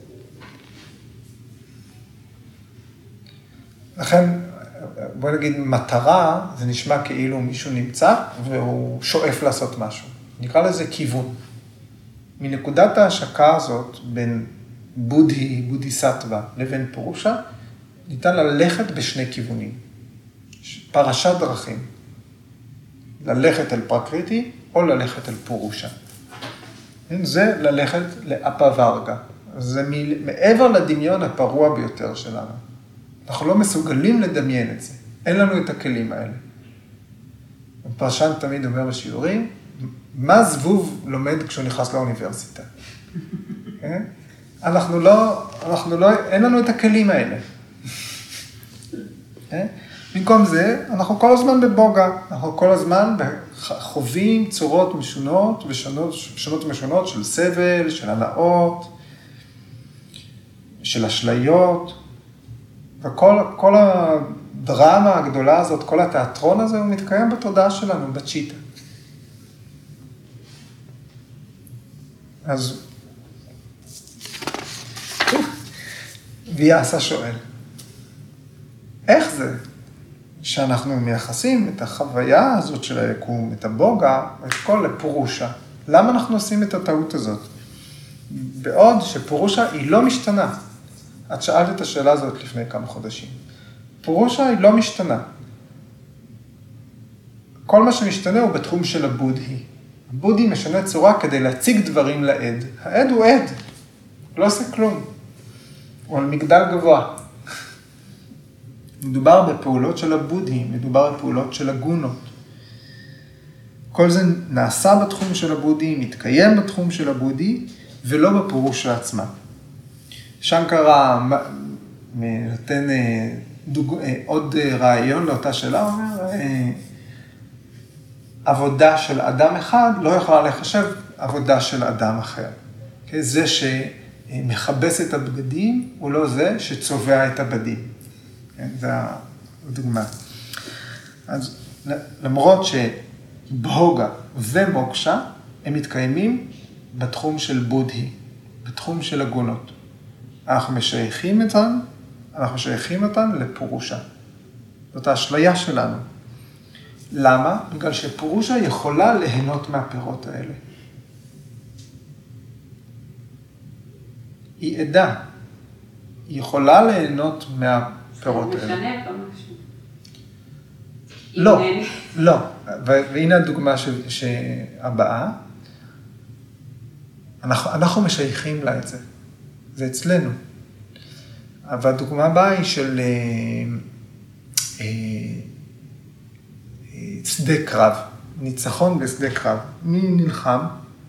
A: לכן, בוא נגיד, מטרה, זה נשמע כאילו מישהו נמצא והוא שואף לעשות משהו. נקרא לזה כיוון. מנקודת ההשקה הזאת בין בודהי, בודהיסטווה לבין פורושה, ניתן ללכת בשני כיוונים. פרשת דרכים. ללכת אל פרקריטי או ללכת אל פורושה. זה ללכת לאפוורגה. זה מעבר לדמיון הפרוע ביותר שלנו. אנחנו לא מסוגלים לדמיין את זה. אין לנו את הכלים האלה. הפרשן תמיד אומר בשיעורים, מה זבוב לומד כשהוא נכנס לאוניברסיטה? כן? אנחנו לא, אנחנו לא, אין לנו את הכלים האלה. כן? במקום זה, אנחנו כל הזמן בבוגה, אנחנו כל הזמן חווים צורות משונות ושונות, שונות ומשונות של סבל, של הנאות, של אשליות, וכל כל הדרמה הגדולה הזאת, כל התיאטרון הזה, הוא מתקיים בתודעה שלנו, בצ'יטה. אז ויאסה שואל, איך זה שאנחנו מייחסים את החוויה הזאת של היקום, את הבוגה, את כל לפורושה? למה אנחנו עושים את הטעות הזאת? בעוד שפורושה היא לא משתנה. את שאלת את השאלה הזאת לפני כמה חודשים. פורושה היא לא משתנה. כל מה שמשתנה הוא בתחום של הבודהי. הבודהי משנה צורה כדי להציג דברים לעד. העד הוא עד, הוא לא עושה כלום. הוא על מגדל גבוה. מדובר בפעולות של הבודהי, מדובר בפעולות של הגונות. כל זה נעשה בתחום של הבודהי, מתקיים בתחום של הבודהי, ולא בפורושה עצמה. שנקרה נותן דוג... עוד רעיון לאותה שאלה, הוא אומר, עבודה של אדם אחד לא יכולה לחשב עבודה של אדם אחר. זה שמכבס את הבגדים הוא לא זה שצובע את הבדים. זו הדוגמה. אז למרות שבהוגה ומוקשה, הם מתקיימים בתחום של בודהי, בתחום של הגונות. אנחנו משייכים אותם, אנחנו משייכים אותם לפורושה. זאת האשליה שלנו. למה? בגלל שפורושה יכולה ליהנות מהפירות האלה. היא עדה. היא יכולה ליהנות מהפירות האלה.
B: משנה פה משהו.
A: לא, לא. והנה הדוגמה שהבאה. אנחנו, אנחנו משייכים לה את זה. זה אצלנו. אבל הדוגמה הבאה היא של אה, אה, שדה קרב, ניצחון בשדה קרב. מי נלחם?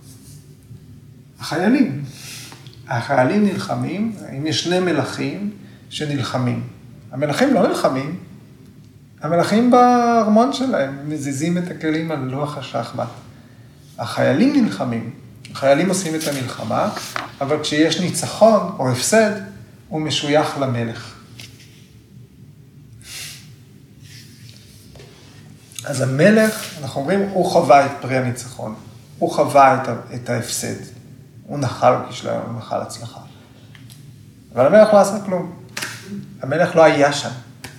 A: החיילים. החיילים נלחמים, אם יש שני מלכים שנלחמים. המלכים לא נלחמים, המלכים בארמון שלהם מזיזים את הכלים על לוח השחמט. החיילים נלחמים, החיילים עושים את המלחמה, אבל כשיש ניצחון או הפסד, הוא משוייך למלך. אז המלך, אנחנו אומרים, הוא חווה את פרי הניצחון, הוא חווה את ההפסד, הוא נחל כשלם, הוא נחל הצלחה. אבל המלך לא עשה כלום, המלך לא היה שם.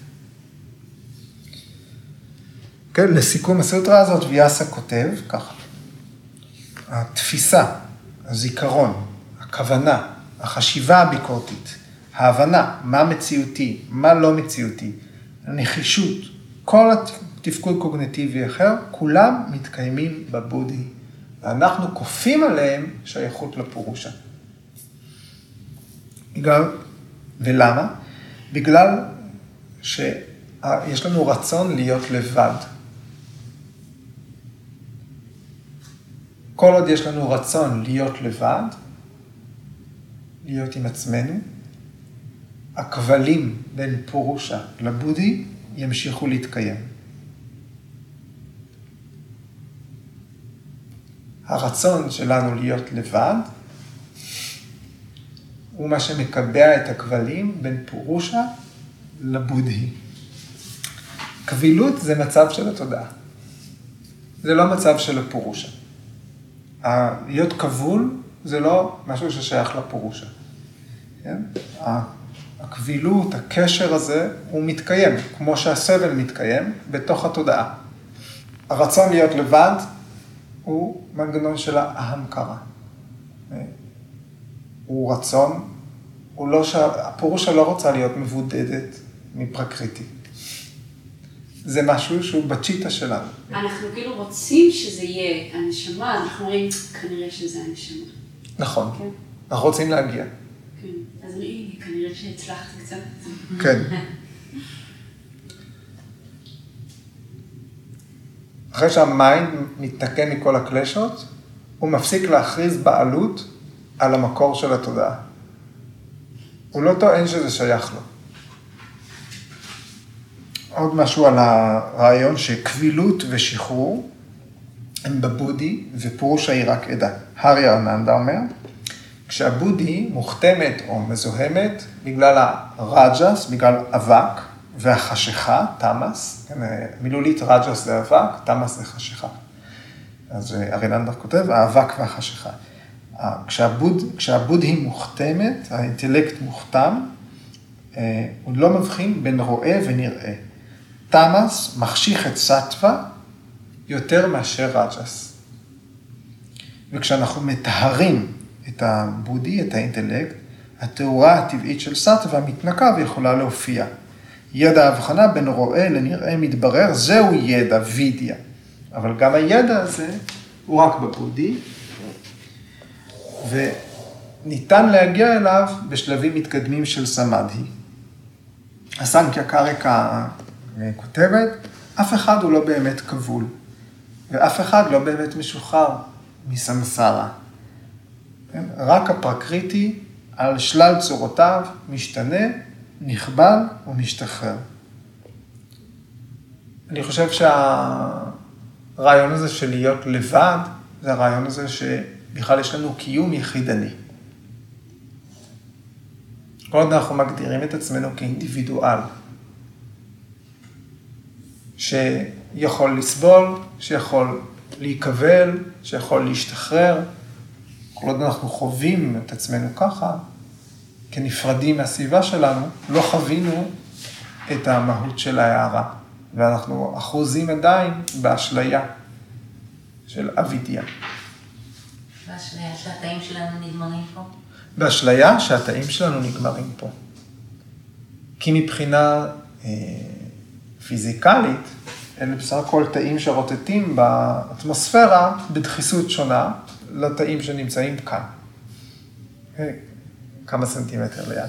A: כן, לסיכום הסוטרה הזאת, ויאסה כותב ככה, התפיסה, הזיכרון, הכוונה, החשיבה הביקורתית, ההבנה, מה מציאותי, מה לא מציאותי, הנחישות, כל התפקוד קוגניטיבי אחר, כולם מתקיימים בבודהי, ואנחנו כופים עליהם שייכות לפורושה. בגלל, ולמה? בגלל שיש לנו רצון להיות לבד. כל עוד יש לנו רצון להיות לבד, להיות עם עצמנו, הכבלים בין פורושה לבודהי ימשיכו להתקיים. הרצון שלנו להיות לבד הוא מה שמקבע את הכבלים בין פורושה לבודהי. קבילות זה מצב של התודעה. זה לא מצב של הפורושה. להיות כבול זה לא משהו ששייך לפורושה. כן? הקבילות, הקשר הזה, הוא מתקיים, כמו שהסבל מתקיים, בתוך התודעה. הרצון להיות לבד הוא מנגנון של ההמקרה. הוא רצון, הוא לא ש... הפורושה לא רוצה להיות מבודדת מפרקריטי. זה משהו שהוא בצ'יטה שלנו.
B: אנחנו כאילו רוצים שזה יהיה הנשמה, אנחנו רואים כנראה שזה הנשמה.
A: נכון.
B: כן.
A: אנחנו רוצים להגיע.
B: כן. אז אני כנראה שהצלחתי קצת.
A: כן. אחרי שהמיינד מתנקה מכל הקלשות, הוא מפסיק להכריז בעלות על המקור של התודעה. הוא לא טוען שזה שייך לו. עוד משהו על הרעיון שקבילות ושחרור הם בבודי ופורושה היא רק עדה. הרי ארננדה אומר, כשהבודי מוכתמת או מזוהמת בגלל הרג'ס, בגלל אבק והחשיכה, תמאס, מילולית רג'ס זה אבק, תמאס זה חשיכה. אז ארננדה כותב, האבק והחשיכה. כשהבוד, כשהבודי מוכתמת, האינטלקט מוכתם, הוא לא מבחין בין רואה ונראה. תמאס מחשיך את סטווה יותר מאשר רג'ס. וכשאנחנו מטהרים את הבודי, את האינטלקט, התאורה הטבעית של סטווה מתנקה ויכולה להופיע. ידע ההבחנה בין רואה לנראה מתברר, זהו ידע, וידיה. אבל גם הידע הזה הוא רק בבודי, וניתן להגיע אליו בשלבים מתקדמים של סמאדהי. הסנקיה קרקה כותבת, אף אחד הוא לא באמת כבול, ואף אחד לא באמת משוחרר מסמסרה. רק הפרקריטי על שלל צורותיו משתנה, נכבל ומשתחרר. אני חושב שהרעיון הזה של להיות לבד, זה הרעיון הזה שבכלל יש לנו קיום יחידני. כל עוד אנחנו מגדירים את עצמנו כאינדיבידואל, שיכול לסבול, שיכול להיקבל, שיכול להשתחרר, כל עוד אנחנו חווים את עצמנו ככה, כנפרדים מהסביבה שלנו, לא חווינו את המהות של ההערה, ואנחנו אחוזים עדיין באשליה של אבידיה.
C: באשליה שהתאים שלנו נגמרים פה?
A: באשליה שהתאים שלנו נגמרים פה. כי מבחינה אה, פיזיקלית, אלה בסך הכל תאים שרוטטים באטמוספירה בדחיסות שונה לתאים שנמצאים כאן. כמה סנטימטר ליד.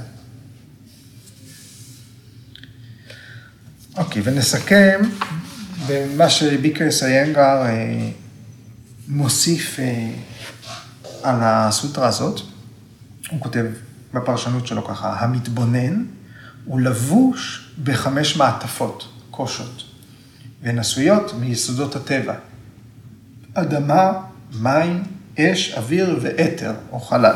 A: אוקיי, ונסכם במה שביקרס איינגר אה, מוסיף אה, על הסוטרה הזאת. הוא כותב בפרשנות שלו ככה, המתבונן הוא לבוש בחמש מעטפות, קושות, והן עשויות מיסודות הטבע. אדמה, מים, אש, אוויר ואתר או חלל.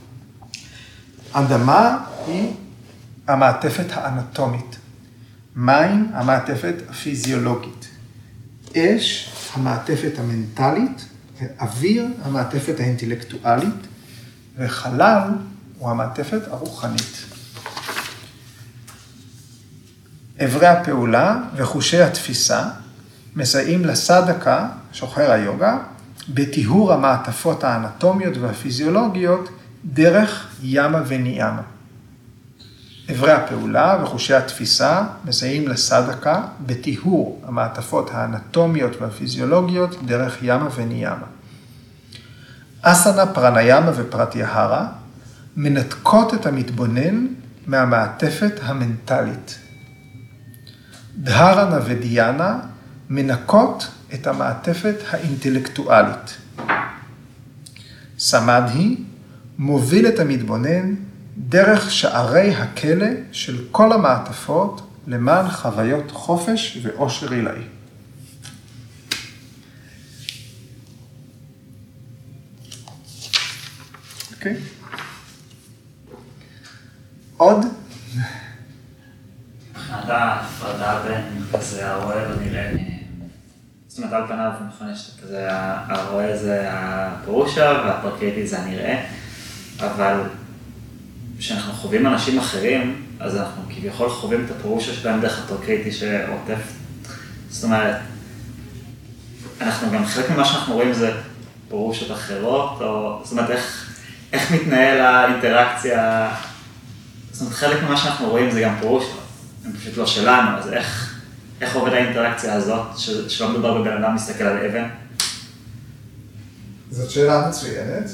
A: אדמה היא המעטפת האנטומית, מים המעטפת הפיזיולוגית, אש המעטפת המנטלית, ואוויר המעטפת האינטלקטואלית, וחלל הוא המעטפת הרוחנית. עברי הפעולה וחושי התפיסה מסייעים לסדקה, שוחר היוגה, בטיהור המעטפות האנטומיות והפיזיולוגיות דרך ימה וניאמה. עברי הפעולה וחושי התפיסה מסייעים לסדקה בטיהור המעטפות האנטומיות והפיזיולוגיות דרך ימה וניאמה. אסנה, פרניאמה ופרטיהרה מנתקות את המתבונן מהמעטפת המנטלית. דהרנה ודיאנה מנקות את המעטפת האינטלקטואלית. סמאדהי מוביל את המתבונן דרך שערי הכלא של כל המעטפות למען חוויות חופש ואושר עילאי. אוקיי? עוד?
D: מבחינת ההפרדה בין כזה הרואה ונראה, זאת אומרת על פניו נכון יש כזה, הרואה זה הפירושה והפרקריטי זה הנראה, אבל כשאנחנו חווים אנשים אחרים, אז אנחנו כביכול חווים את הפירושה שלהם דרך הפרקריטי שעוטף, זאת אומרת, אנחנו גם חלק ממה שאנחנו רואים זה פירושות אחרות, או זאת אומרת איך, איך מתנהל האינטראקציה, זאת אומרת חלק ממה שאנחנו רואים זה גם פירושות. הם פשוט לא שלנו, אז איך, איך עובד האינטראקציה הזאת, ש, שלא מדובר בבן אדם מסתכל על אבן?
A: זאת שאלה מצוינת.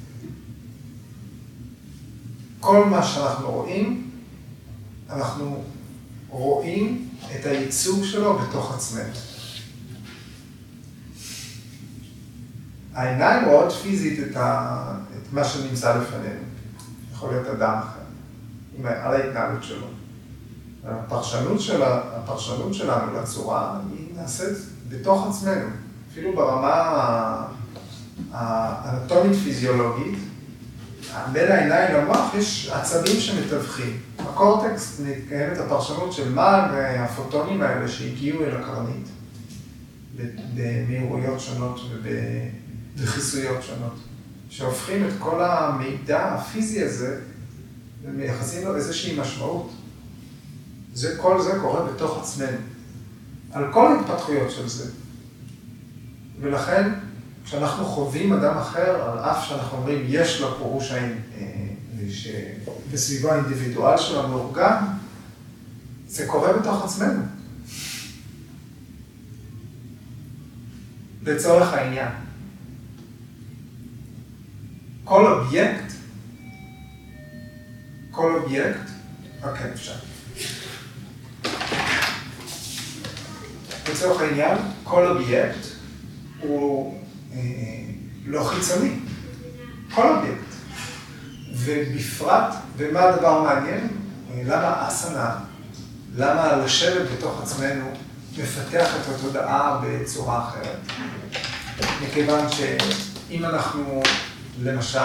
A: כל מה שאנחנו רואים, אנחנו רואים את הייצוג שלו בתוך עצמנו. העיניים רואות פיזית את, ה... את מה שנמצא לפנינו. יכול להיות אדם אחר, על ההתנהלות שלו. הפרשנות, של... הפרשנות שלנו לצורה היא נעשית בתוך עצמנו. אפילו ברמה האנטומית פיזיולוגית, בין העיניים למוח יש עצבים שמתווכים. בקורטקס קיימת הפרשנות של מה והפוטונים האלה שהגיעו אל הקרנית במהירויות שונות ובחיסויות שונות, שהופכים את כל המידע הפיזי הזה ומייחסים לו איזושהי משמעות. זה, כל זה קורה בתוך עצמנו, על כל ההתפתחויות של זה. ולכן, כשאנחנו חווים אדם אחר, על אף שאנחנו אומרים, יש לו פירוש שבסביבו האינדיבידואל שלו מאורגן, זה קורה בתוך עצמנו. לצורך העניין. כל אובייקט, כל אובייקט, אוקיי, אפשר. לצורך העניין, כל אובייקט הוא אה, לא חיצוני. כל אובייקט. ובפרט, ומה הדבר המעניין? למה אסנה, למה לשבת בתוך עצמנו מפתח את התודעה בצורה אחרת? מכיוון שאם אנחנו, למשל,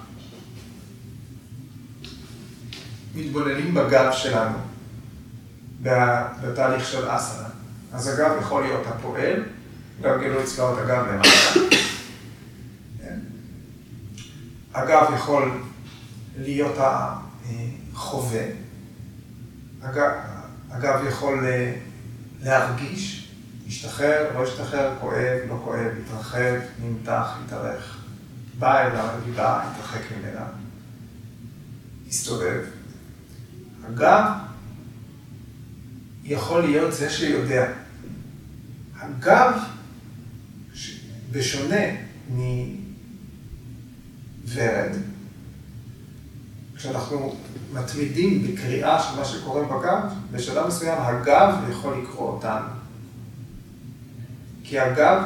A: מתבוננים בגב שלנו, בתהליך של אסנה, אז הגב יכול להיות הפועל, גם גלו אצלו את הגב למטה. הגב יכול להיות החווה. הגב, הגב יכול להרגיש, להשתחרר, לא להשתחרר, כואב, לא כואב, להתרחב, נמתח, להתארך. בא אל הרגילה, להתרחק ממנה. הסתובב. הגב יכול להיות זה שיודע. הגב, בשונה מוורד, כשאנחנו מתמידים בקריאה של מה שקורה בגב, בשלב מסוים הגב יכול לקרוא אותנו. כי הגב,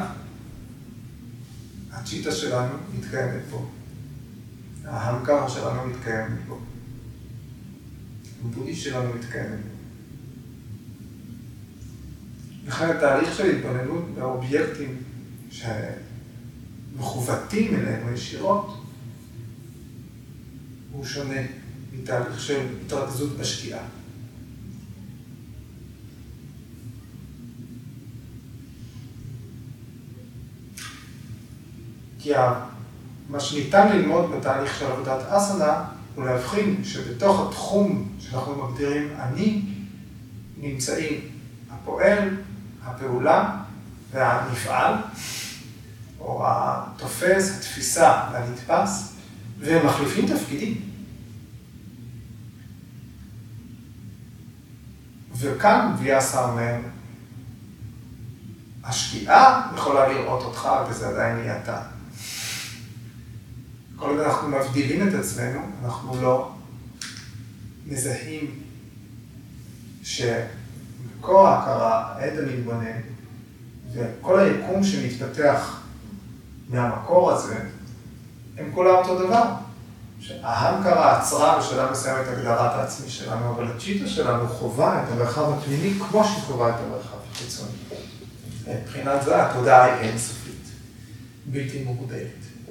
A: הצ'יטה שלנו מתקיימת פה. ההמקרה שלנו מתקיימת פה. הבודי שלנו מתקיימת פה. לכן התהליך של התבוננות באובייקטים שמחוותים אלינו ישירות, הוא שונה מתהליך של התרכזות בשקיעה. כי מה שניתן ללמוד בתהליך של עבודת אסנה, הוא להבחין שבתוך התחום שאנחנו מגדירים אני, נמצאים הפועל, הפעולה והנפעל, או התופס, התפיסה והנתפס, והם מחליפים תפקידים. וכאן ויאסה אומר, השקיעה יכולה לראות אותך, וזה עדיין יהיה אתה. כל עוד אנחנו מבדילים את עצמנו, אנחנו לא מזהים שמקור ההכרה, העד המתבונן, וכל היקום שמתפתח מהמקור הזה, הם כולם אותו דבר. שההמקרה עצרה בשלב מסוים את הגדרת העצמי שלנו, אבל הצ'יטה שלנו חובה את המרחב הפנימי כמו שהיא חובה את המרחב החיצוני. מבחינת זה, התודעה היא אינסופית, בלתי מוגבלת.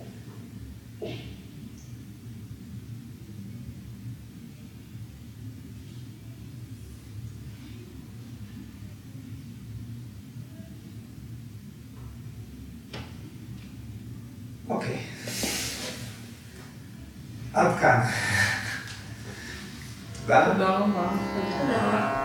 A: אוקיי. עד כאן. תודה.
B: תודה רבה.